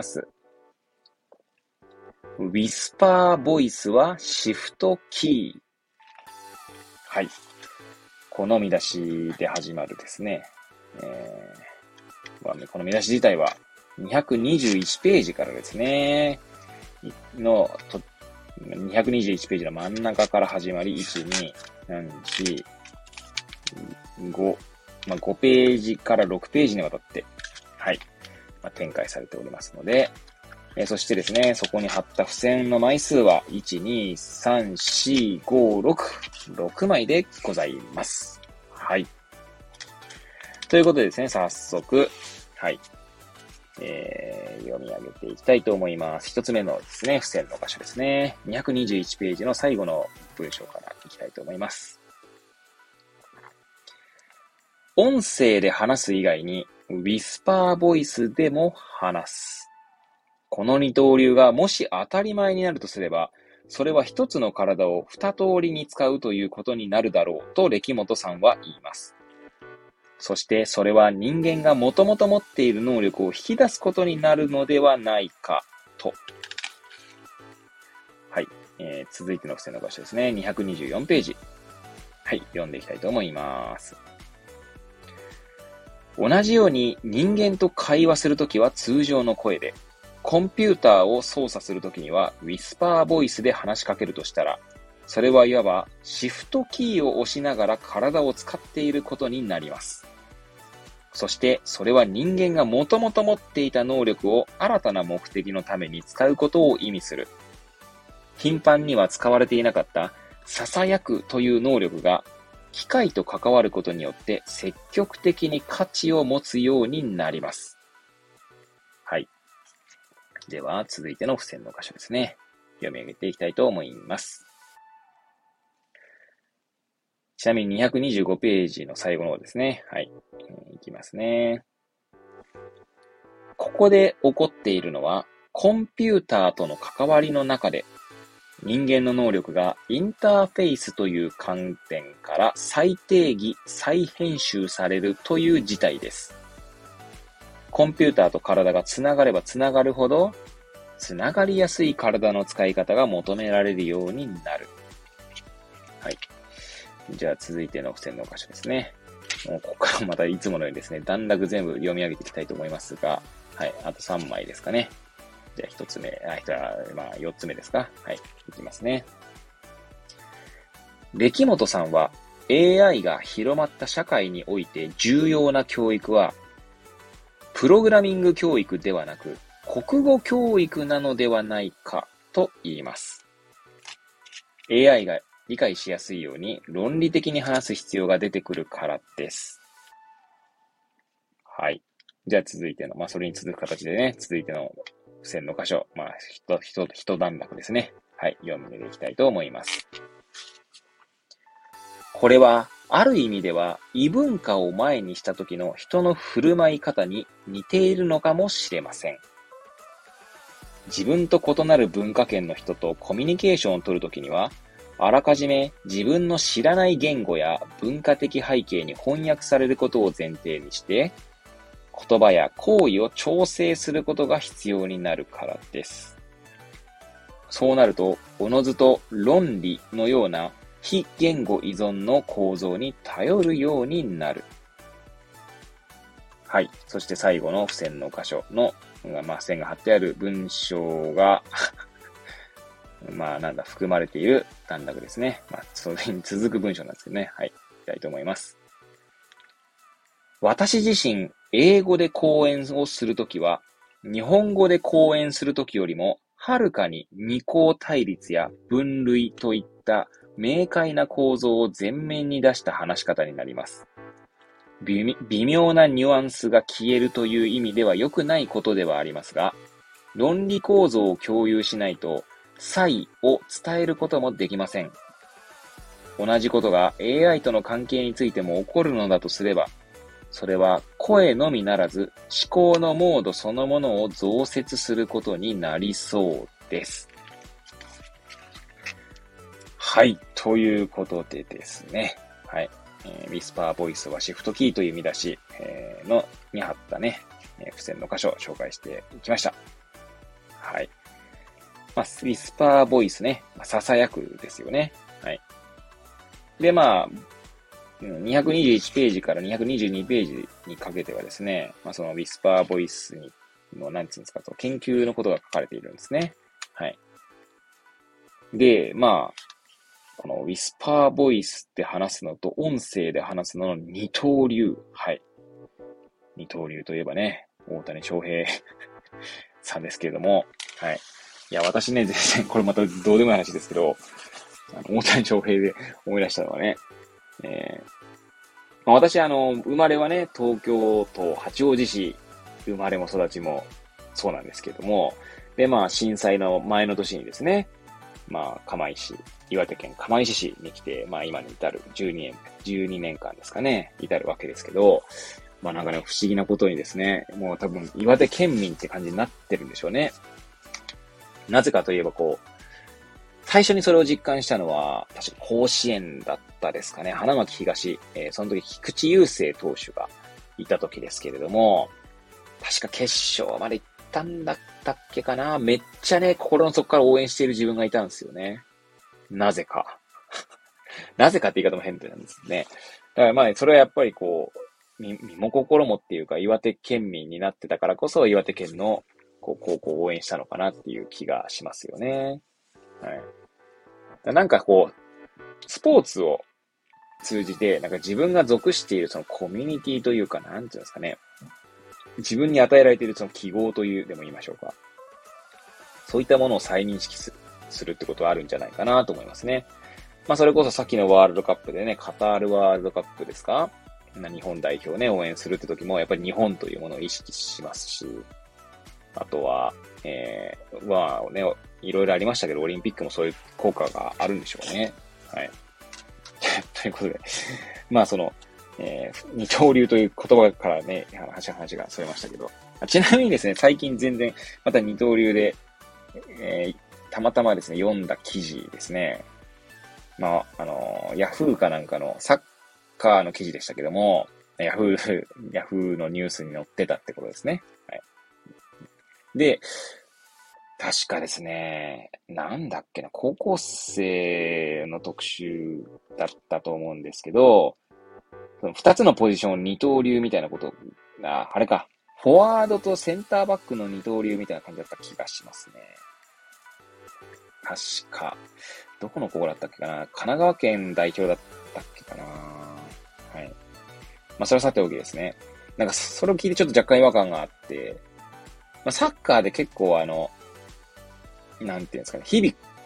ウィスパーボイスはシフトキー。はい。この見出しで始まるですね。この見出し自体は221ページからですね。221ページの真ん中から始まり、1、2、3、4、5、5ページから6ページにわたって、はい、展開されておりますので、そしてですね、そこに貼った付箋の枚数は、1、2、3、4、5、6枚でございます。はい。ということでですね、早速、はい、読み上げていきたいと思います。一つ目のですね、付箋の箇所ですね。221ページの最後の文章からいきたいと思います。音声で話す以外に、ウィスパーボイスでも話す。この二刀流がもし当たり前になるとすれば、それは一つの体を二通りに使うということになるだろうと、歴本さんは言います。 そしてそれは人間がもともと持っている能力を引き出すことになるのではないかと。はい。続いての付箋の場所ですね。224ページ。はい。読んでいきたいと思います。同じように人間と会話するときは通常の声で、コンピューターを操作するときにはウィスパーボイスで話しかけるとしたら、それはいわばシフトキーを押しながら体を使っていることになります。そしてそれは人間がもともと持っていた能力を新たな目的のために使うことを意味する。頻繁には使われていなかった囁くという能力が機械と関わることによって積極的に価値を持つようになります。はい。では続いての付箋の箇所ですね。読み上げていきたいと思います。ちなみに225ページの最後の方ですね。はい。いきますね。ここで起こっているのは、コンピューターとの関わりの中で、人間の能力がインターフェイスという観点から再定義、再編集されるという事態です。コンピューターと体がつながればつながるほど、つながりやすい体の使い方が求められるようになる。はい。じゃあ続いての付箋の箇所ですね。もうここからまたいつものようにですね、段落全部読み上げていきたいと思いますが、はい、あと3枚ですかね。じゃあ1つ目、4つ目ですか。はい、いきますね。歴本さんは AI が広まった社会において重要な教育は、プログラミング教育ではなく、国語教育なのではないかと言います。AI が理解しやすいように論理的に話す必要が出てくるからです。はい。じゃあ続いての、それに続く形でね、続いての付箋の箇所、一段落ですね。はい。読み上げていきたいと思います。これは、ある意味では異文化を前にした時の人の振る舞い方に似ているのかもしれません。自分と異なる文化圏の人とコミュニケーションを取るときには、あらかじめ自分の知らない言語や文化的背景に翻訳されることを前提にして、言葉や行為を調整することが必要になるからです。そうなると、おのずと論理のような非言語依存の構造に頼るようになる。はい。そして最後の付箋の箇所の、線が貼ってある文章が含まれている段落ですね。それに続く文章なんですけどね。はい。いきたいと思います。私自身、英語で講演をするときは、日本語で講演するときよりも、はるかに二項対立や分類といった明快な構造を前面に出した話し方になります。微妙なニュアンスが消えるという意味では良くないことではありますが、論理構造を共有しないと、差異を伝えることもできません。同じことが AI との関係についても起こるのだとすれば、それは声のみならず思考のモードそのものを増設することになりそうです。はい、ということでですね。はい。ウィスパーボイスはシフトキーという見出し、に貼ったね、付箋の箇所を紹介していきました。はい。ウィスパーボイスね、囁くですよね。はい。で、221ページから222ページにかけてはですね、そのウィスパーボイスの、なんつうんですか、研究のことが書かれているんですね。はい。で、このウィスパーボイスって話すのと音声で話すのの二刀流。はい。二刀流といえばね、大谷翔平さんですけれども、はい。いや、私ね、全然、これまたどうでもいい話ですけど、大谷翔平で思い出したのはね、私、生まれはね、東京都八王子市、生まれも育ちもそうなんですけども、で、震災の前の年にですね、岩手県釜石市に来て、今に至る12年間ですかね、至るわけですけど、不思議なことにですね、もう多分岩手県民って感じになってるんでしょうね。なぜかといえば最初にそれを実感したのは、確か甲子園だったですかね。花巻東、その時菊池雄星投手がいた時ですけれども、確か決勝まで行ったんだったっけかな。めっちゃね、心の底から応援している自分がいたんですよね。なぜか。なぜかって言い方も変なんですね。だからまあ、それはやっぱりこう、身も心もっていうか、岩手県民になってたからこそ、岩手県のこう高校を応援したのかなっていう気がしますよね。はい。なんかこう、スポーツを通じて、なんか自分が属しているそのコミュニティというか、なんていうんですかね。自分に与えられているその記号というでも言いましょうか。そういったものを再認識するってことはあるんじゃないかなと思いますね。まあそれこそさっきのワールドカップでね、カタールワールドカップですか、日本代表をね、応援するって時も、やっぱり日本というものを意識しますし、あとは、まあね、いろいろありましたけど、オリンピックもそういう効果があるんでしょうね。はい。ということで、まあその、二刀流という言葉からね、話がそれましたけど、ちなみにですね、最近全然、また二刀流で、たまたまですね、読んだ記事ですね。まあ、ヤフーかなんかのサッカーの記事でしたけども、ヤフーのニュースに載ってたってことですね。はい。で、確かですね、なんだっけな、高校生の特集だったと思うんですけど、その二つのポジション二刀流みたいなこと、あれか、フォワードとセンターバックの二刀流みたいな感じだった気がしますね。確か、どこの高校だったっけかな、神奈川県代表だったっけかな。はい。まあ、それはさておきですね。なんか、それを聞いてちょっと若干違和感があって、まあ、サッカーで結構なんていうんですかね、日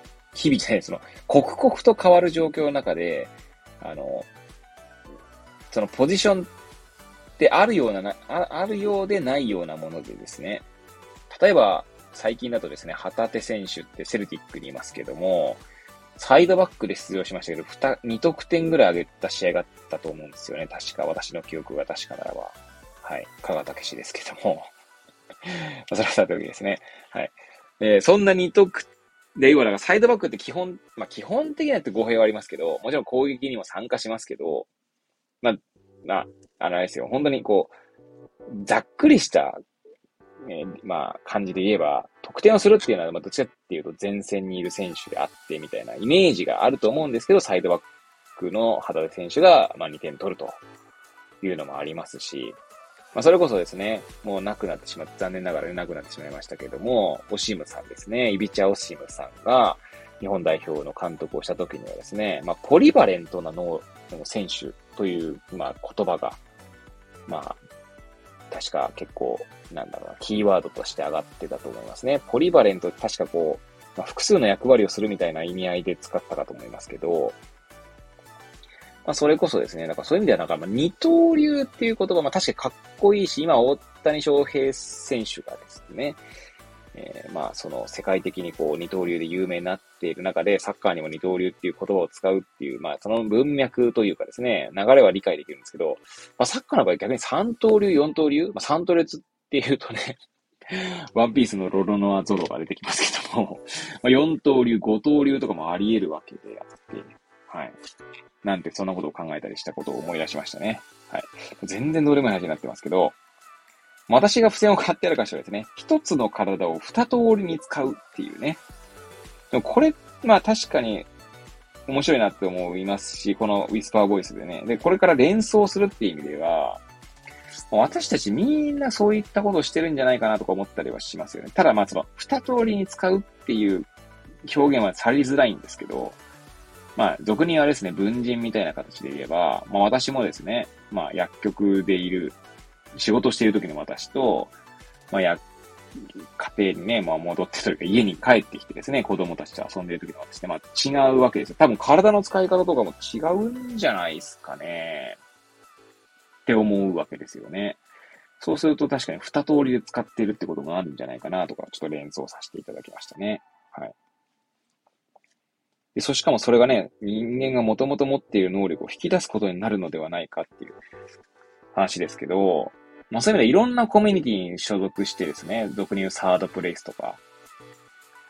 々じゃない、その、刻々と変わる状況の中で、あの、そのポジションってあるような、あるようでないようなものでですね、例えば、最近だとですね、旗手選手ってセルティックにいますけども、サイドバックで出場しましたけど、2得点ぐらい上げた試合があったと思うんですよね。確か、私の記憶が確かならば。はい。香川武史ですけども。それはさておきですね。はい。そんな2得で、要はなんかサイドバックって基本的にはって語弊はありますけど、もちろん攻撃にも参加しますけど、まあ、あれですよ。本当にこう、ざっくりした、まあ、感じで言えば、得点をするっていうのは、どっちかっていうと前線にいる選手であってみたいなイメージがあると思うんですけど、サイドバックの旗手選手が、まあ、2点取るというのもありますし、まあ、それこそですね、もう残念ながら亡くなってしまいましたけれども、オシムさんですね、イビチャ・オシムさんが、日本代表の監督をした時にはですね、まあ、ポリバレントな選手という、まあ、言葉が、まあ、確か結構、キーワードとして上がってたと思いますね。ポリバレントって確かこう、まあ、複数の役割をするみたいな意味合いで使ったかと思いますけど、まあ、それこそですね、そういう意味では二刀流っていう言葉、まあ、確かにかっこいいし、今、大谷翔平選手がですね、まあ、その世界的にこう二刀流で有名になっている中で、サッカーにも二刀流っていう言葉を使うっていう、まあ、その文脈というかですね、流れは理解できるんですけど、まあ、サッカーの場合逆に三刀流、四刀流、まあ、三刀流っていうとね、ワンピースのロロノアゾロが出てきますけども、まあ、四刀流、五刀流とかもあり得るわけであって、はい。なんてそんなことを考えたりしたことを思い出しましたね。はい。全然どうでもいい話になってますけど、私が付箋を買ってある箇所はですね、一つの体を二通りに使うっていうね。でもこれ、まあ確かに面白いなって思いますし、このウィスパーボイスでね。で、これから連想するっていう意味では、私たちみんなそういったことをしてるんじゃないかなとか思ったりはしますよね。ただまあその二通りに使うっていう表現はされづらいんですけど、まあ、俗に言われですね、文人みたいな形で言えば、まあ私もですね、まあ薬局でいる、仕事している時の私と、まあ家庭にね、まあ戻ってというか家に帰ってきてですね、子供たちと遊んでいる時の私ね、まあ違うわけですよ。多分体の使い方とかも違うんじゃないですかね。って思うわけですよね。そうすると確かに二通りで使ってるってこともあるんじゃないかなとか、ちょっと連想させていただきましたね。はい。で、しかもそれがね、人間がもともと持っている能力を引き出すことになるのではないかっていう話ですけど、そういう意味でいろんなコミュニティに所属してですね、俗に言うサードプレイスとか、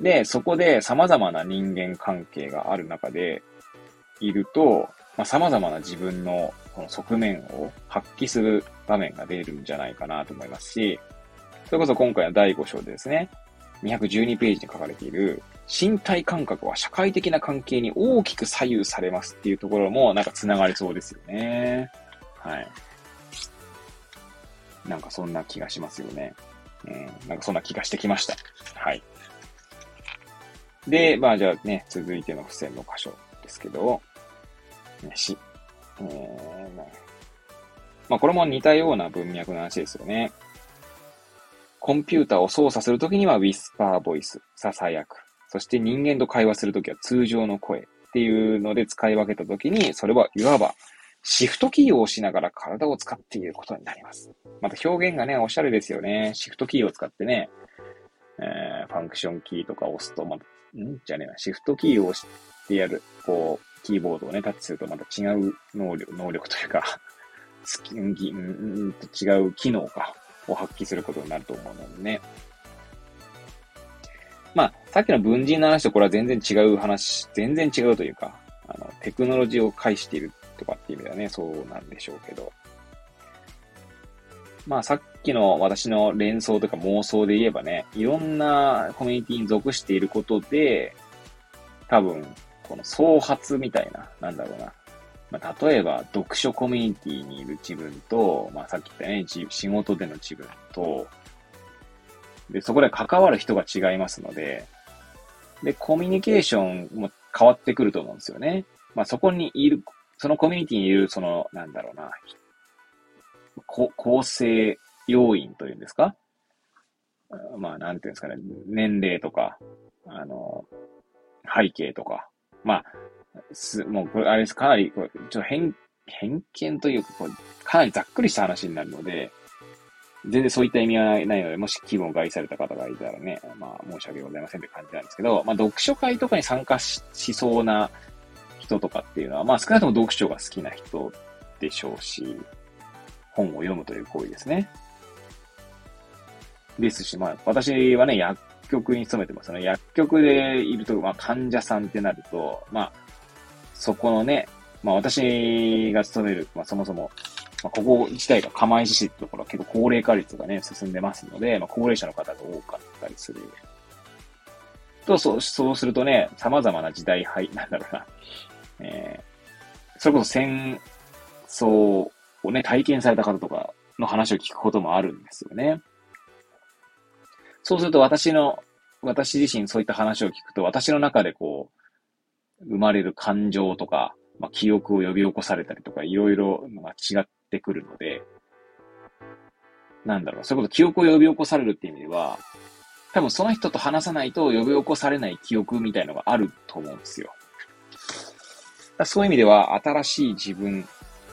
で、そこで様々な人間関係がある中でいると、様々な自分のこの側面を発揮する場面が出るんじゃないかなと思いますし、それこそ今回の第5章でですね、212ページに書かれている、身体感覚は社会的な関係に大きく左右されますっていうところもなんか繋がりそうですよね。はい。なんかそんな気がしますよね。なんかそんな気がしてきました。はい。で、じゃあね、続いての付箋の箇所ですけど、これも似たような文脈の話ですよね。コンピューターを操作するときにはウィスパーボイス、囁く。そして人間と会話するときは通常の声っていうので使い分けたときに、それはいわばシフトキーを押しながら体を使っていることになります。また表現がね、おしゃれですよね。シフトキーを使ってね、ファンクションキーとか押すと、シフトキーを押してやる、キーボードをね、タッチするとまた違う能力というか、違う機能を発揮することになると思うのでね。さっきの文人の話とこれは全然違うというか、テクノロジーを介しているとかっていう意味ではね、そうなんでしょうけど。さっきの私の連想とか妄想で言えばね、いろんなコミュニティに属していることで、多分、この創発みたいな、例えば、読書コミュニティにいる自分と、さっき言ったね、仕事での自分と、で、そこで関わる人が違いますので、で、コミュニケーションも変わってくると思うんですよね。そこにいる、そのコミュニティにいる、構成要因というんですか？なんていうんですかね、年齢とか、背景とか、もう、これ、あれです、かなり、ちょっと偏見というか、かなりざっくりした話になるので、全然そういった意味はないので、もし気分を害された方がいたらね、申し訳ございませんって感じなんですけど、読書会とかに参加しそうな人とかっていうのは、少なくとも読書が好きな人でしょうし、本を読むという行為ですね。ですし、私はね、薬局に勤めてます。薬局でいると、患者さんってなると、そこのね、私が勤める、そもそも、ここ自体が釜石市ってところは結構高齢化率がね、進んでますので、高齢者の方が多かったりする。そうするとね、様々な時代それこそ戦争をね、体験された方とかの話を聞くこともあるんですよね。そうすると私自身そういった話を聞くと、私の中で生まれる感情とか、記憶を呼び起こされたりとか、いろいろ違ってくるので、そういうこと、記憶を呼び起こされるっていう意味では、多分その人と話さないと呼び起こされない記憶みたいのがあると思うんですよ。そういう意味では、新しい自分、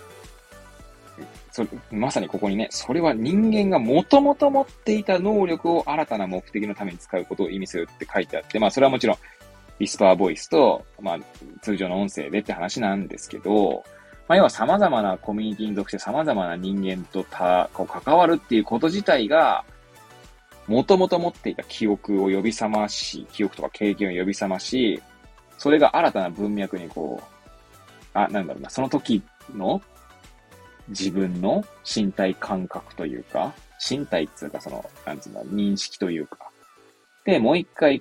まさにここにね、それは人間がもともと持っていた能力を新たな目的のために使うことを意味するって書いてあって、それはもちろん、ウィスパーボイスと、通常の音声でって話なんですけど、要は様々なコミュニティに属して様々な人間と関わるっていうこと自体が、もともと持っていた記憶を呼び覚まし、記憶とか経験を呼び覚まし、それが新たな文脈にその時の自分の身体感覚というか、身体っていうか認識というか、で、もう一回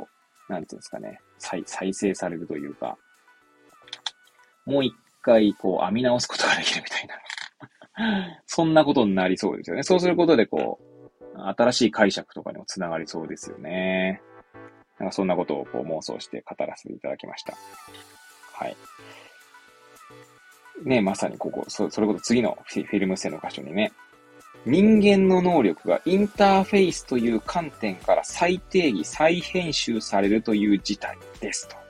再生されるというか、もう一回編み直すことができるみたいな。そんなことになりそうですよね。そうすることで新しい解釈とかにもつながりそうですよね。そんなことを妄想して語らせていただきました。はい。ね、まさにそれこそ次のフィルム線の箇所にね、人間の能力がインターフェイスという観点から再定義、再編集されるという事態ですと。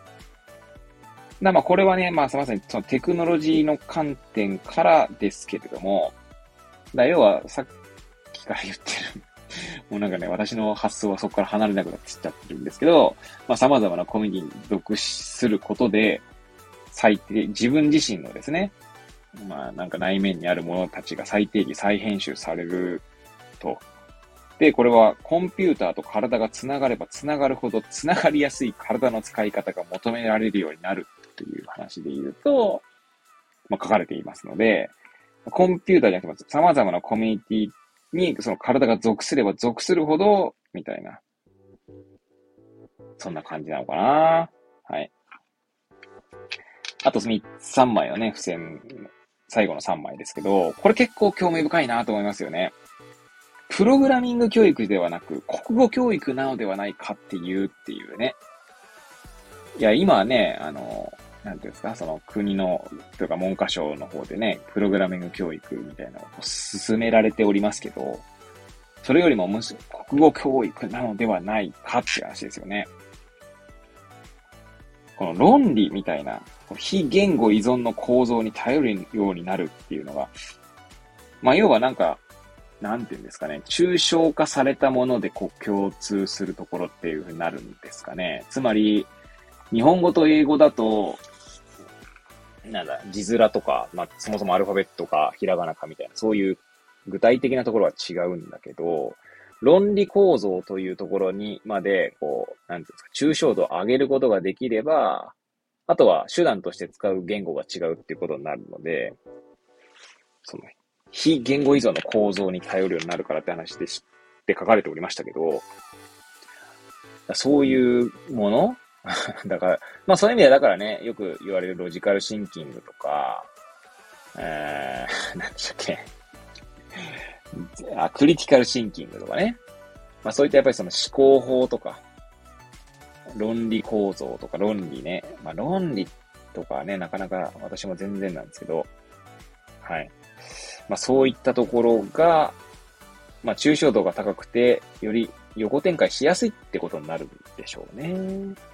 これはね、まさにそのテクノロジーの観点からですけれども、要はさっきから言ってる、もう私の発想はそこから離れなくなってきちゃってるんですけど、様々なコミュニティに属することで、自分自身のですね、内面にあるものたちが再定義、再編集されるとで、これはコンピューターと体がつながればつながるほどつながりやすい体の使い方が求められるようになるという話で言うと、書かれていますので、コンピューターじゃなくて様々なコミュニティにその体が属すれば属するほど、みたいな。そんな感じなのかな。はい。あと3枚のね、付箋、最後の3枚ですけど、これ結構興味深いなと思いますよね。プログラミング教育ではなく、国語教育なのではないかっていうね。いや、今はね、なんていうんですか、その国の、というか文科省の方でね、プログラミング教育みたいなのを進められておりますけど、それよりも国語教育なのではないかっていう話ですよね。この論理みたいな、非言語依存の構造に頼るようになるっていうのが、要はなんていうんですかね、抽象化されたもので共通するところっていう風になるんですかね。つまり、日本語と英語だと、字面とか、そもそもアルファベットか、ひらがなかみたいな、そういう具体的なところは違うんだけど、論理構造というところにまで、なんていうんですか、抽象度を上げることができれば、あとは手段として使う言語が違うっていうことになるので、その、非言語依存の構造に頼るようになるからって話でって書かれておりましたけど、そういうものだから、そういう意味ではだからね、よく言われるロジカルシンキングとか、何でしたっけクリティカルシンキングとかね。そういったやっぱりその思考法とか、論理構造とか論理ね。論理とかね、なかなか私も全然なんですけど、はい。そういったところが、抽象度が高くて、より横展開しやすいってことになるんでしょうね。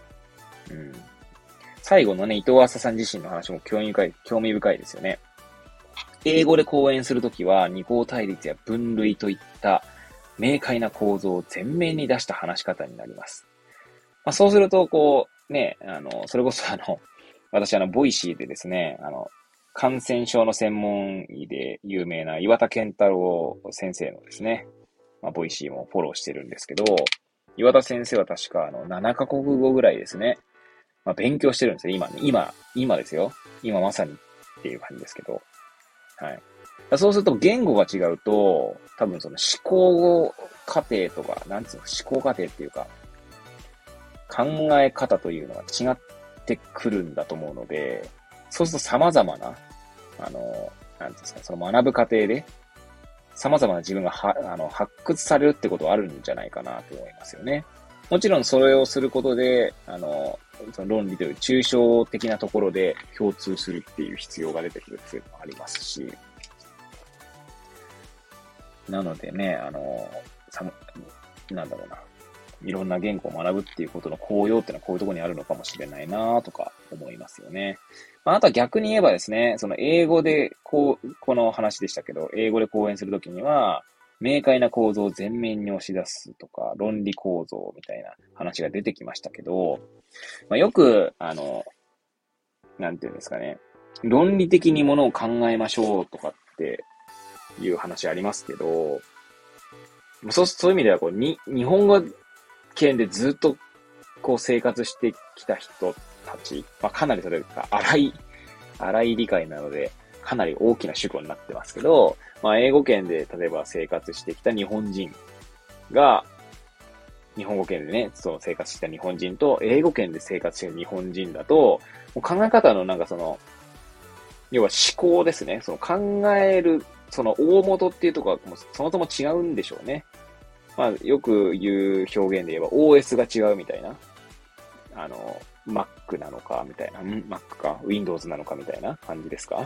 最後のね、伊藤浅さん自身の話も興味深いですよね。英語で講演するときは、二項対立や分類といった明快な構造を前面に出した話し方になります。そうすると、それこそ私ボイシーでですね、感染症の専門医で有名な岩田健太郎先生のですね、ボイシーもフォローしてるんですけど、岩田先生は確か7カ国語ぐらいですね、勉強してるんですよ、今ですよ。今まさにっていう感じですけど。はい。そうすると言語が違うと、多分その思考過程とか、思考過程っていうか、考え方というのが違ってくるんだと思うので、そうすると様々な、その学ぶ過程で、様々な自分が発掘されるってことはあるんじゃないかなと思いますよね。もちろんそれをすることで、その論理という抽象的なところで共通するっていう必要が出てくるっていうのもありますし、なのでね、いろんな言語を学ぶっていうことの効用っていうのはこういうところにあるのかもしれないなとか思いますよね。あとは逆に言えばですね、その英語でこの話でしたけど、英語で講演するときには、明快な構造を前面に押し出すとか、論理構造みたいな話が出てきましたけど、よく、なんていうんですかね、論理的にものを考えましょうとかっていう話ありますけど、そういう意味では日本語圏でずっと生活してきた人たち、かなりそれが荒い理解なので、かなり大きな主語になってますけど、英語圏で例えば生活してきた日本人が、日本語圏でね、その生活してきた日本人と、英語圏で生活している日本人だと、もう考え方の要は思考ですね。その考える、その大元っていうところはそもそも違うんでしょうね。よく言う表現で言えば OS が違うみたいな。Mac なのかみたいな。Mac か Windows なのかみたいな感じですか？はい。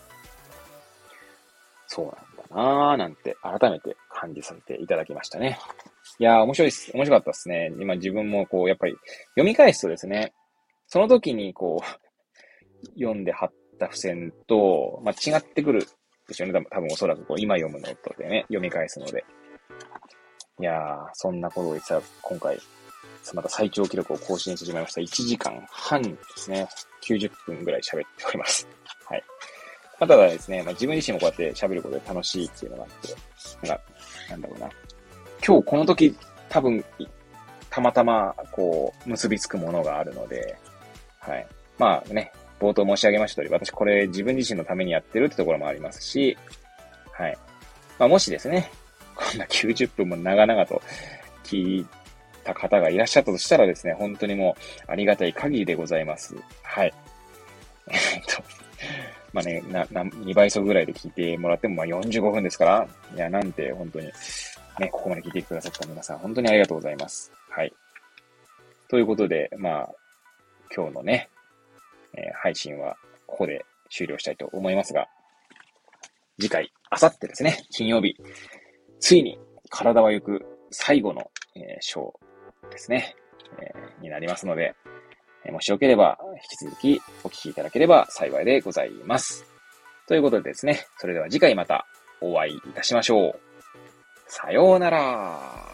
そうなんだなぁ、なんて改めて感じさせていただきましたね。いやー、面白かったですね。今自分もやっぱり読み返すとですね、その時に読んで貼った付箋と、違ってくるでしょうね。多分おそらく今読むのとでね、読み返すので。いやー、そんなことを言ってたら、今回、また最長記録を更新してしまいました。1時間半ですね。90分ぐらい喋っております。はい。ただですね、自分自身もこうやって喋ることで楽しいっていうのがあって、なんだろうな。 今日この時、多分、たまたま、結びつくものがあるので、はい。まあね、冒頭申し上げました通り、私これ自分自身のためにやってるってところもありますし、はい。まあもしですね、こんな90分も長々と聞いた方がいらっしゃったとしたらですね、本当にもうありがたい限りでございます。はい。まあね、2倍速ぐらいで聞いてもらっても、まあ45分ですから、いや、なんて本当に、ね、ここまで聞いてくださった皆さん、本当にありがとうございます。はい。ということで、まあ、今日のね、配信はここで終了したいと思いますが、次回、あさってですね、金曜日、ついに体は行く最後の、ショーですね、になりますので、もしよければ引き続きお聞きいただければ幸いでございます。ということでですね、それでは次回またお会いいたしましょう。さようなら。